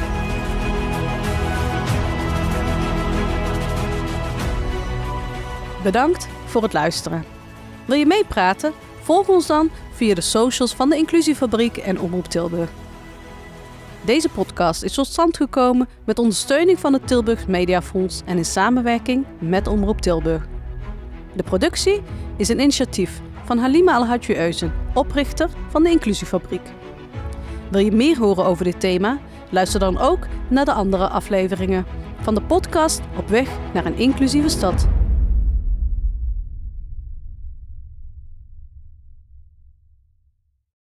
Bedankt voor het luisteren. Wil je meepraten? Volg ons dan via de socials van de Inclusiefabriek en Omroep Tilburg. Deze podcast is tot stand gekomen met ondersteuning van het Tilburg Mediafonds en in samenwerking met Omroep Tilburg. De productie is een initiatief van Halima Al-Hadji-Eusen, oprichter van de Inclusiefabriek. Wil je meer horen over dit thema? Luister dan ook naar de andere afleveringen van de podcast Op weg naar een inclusieve stad.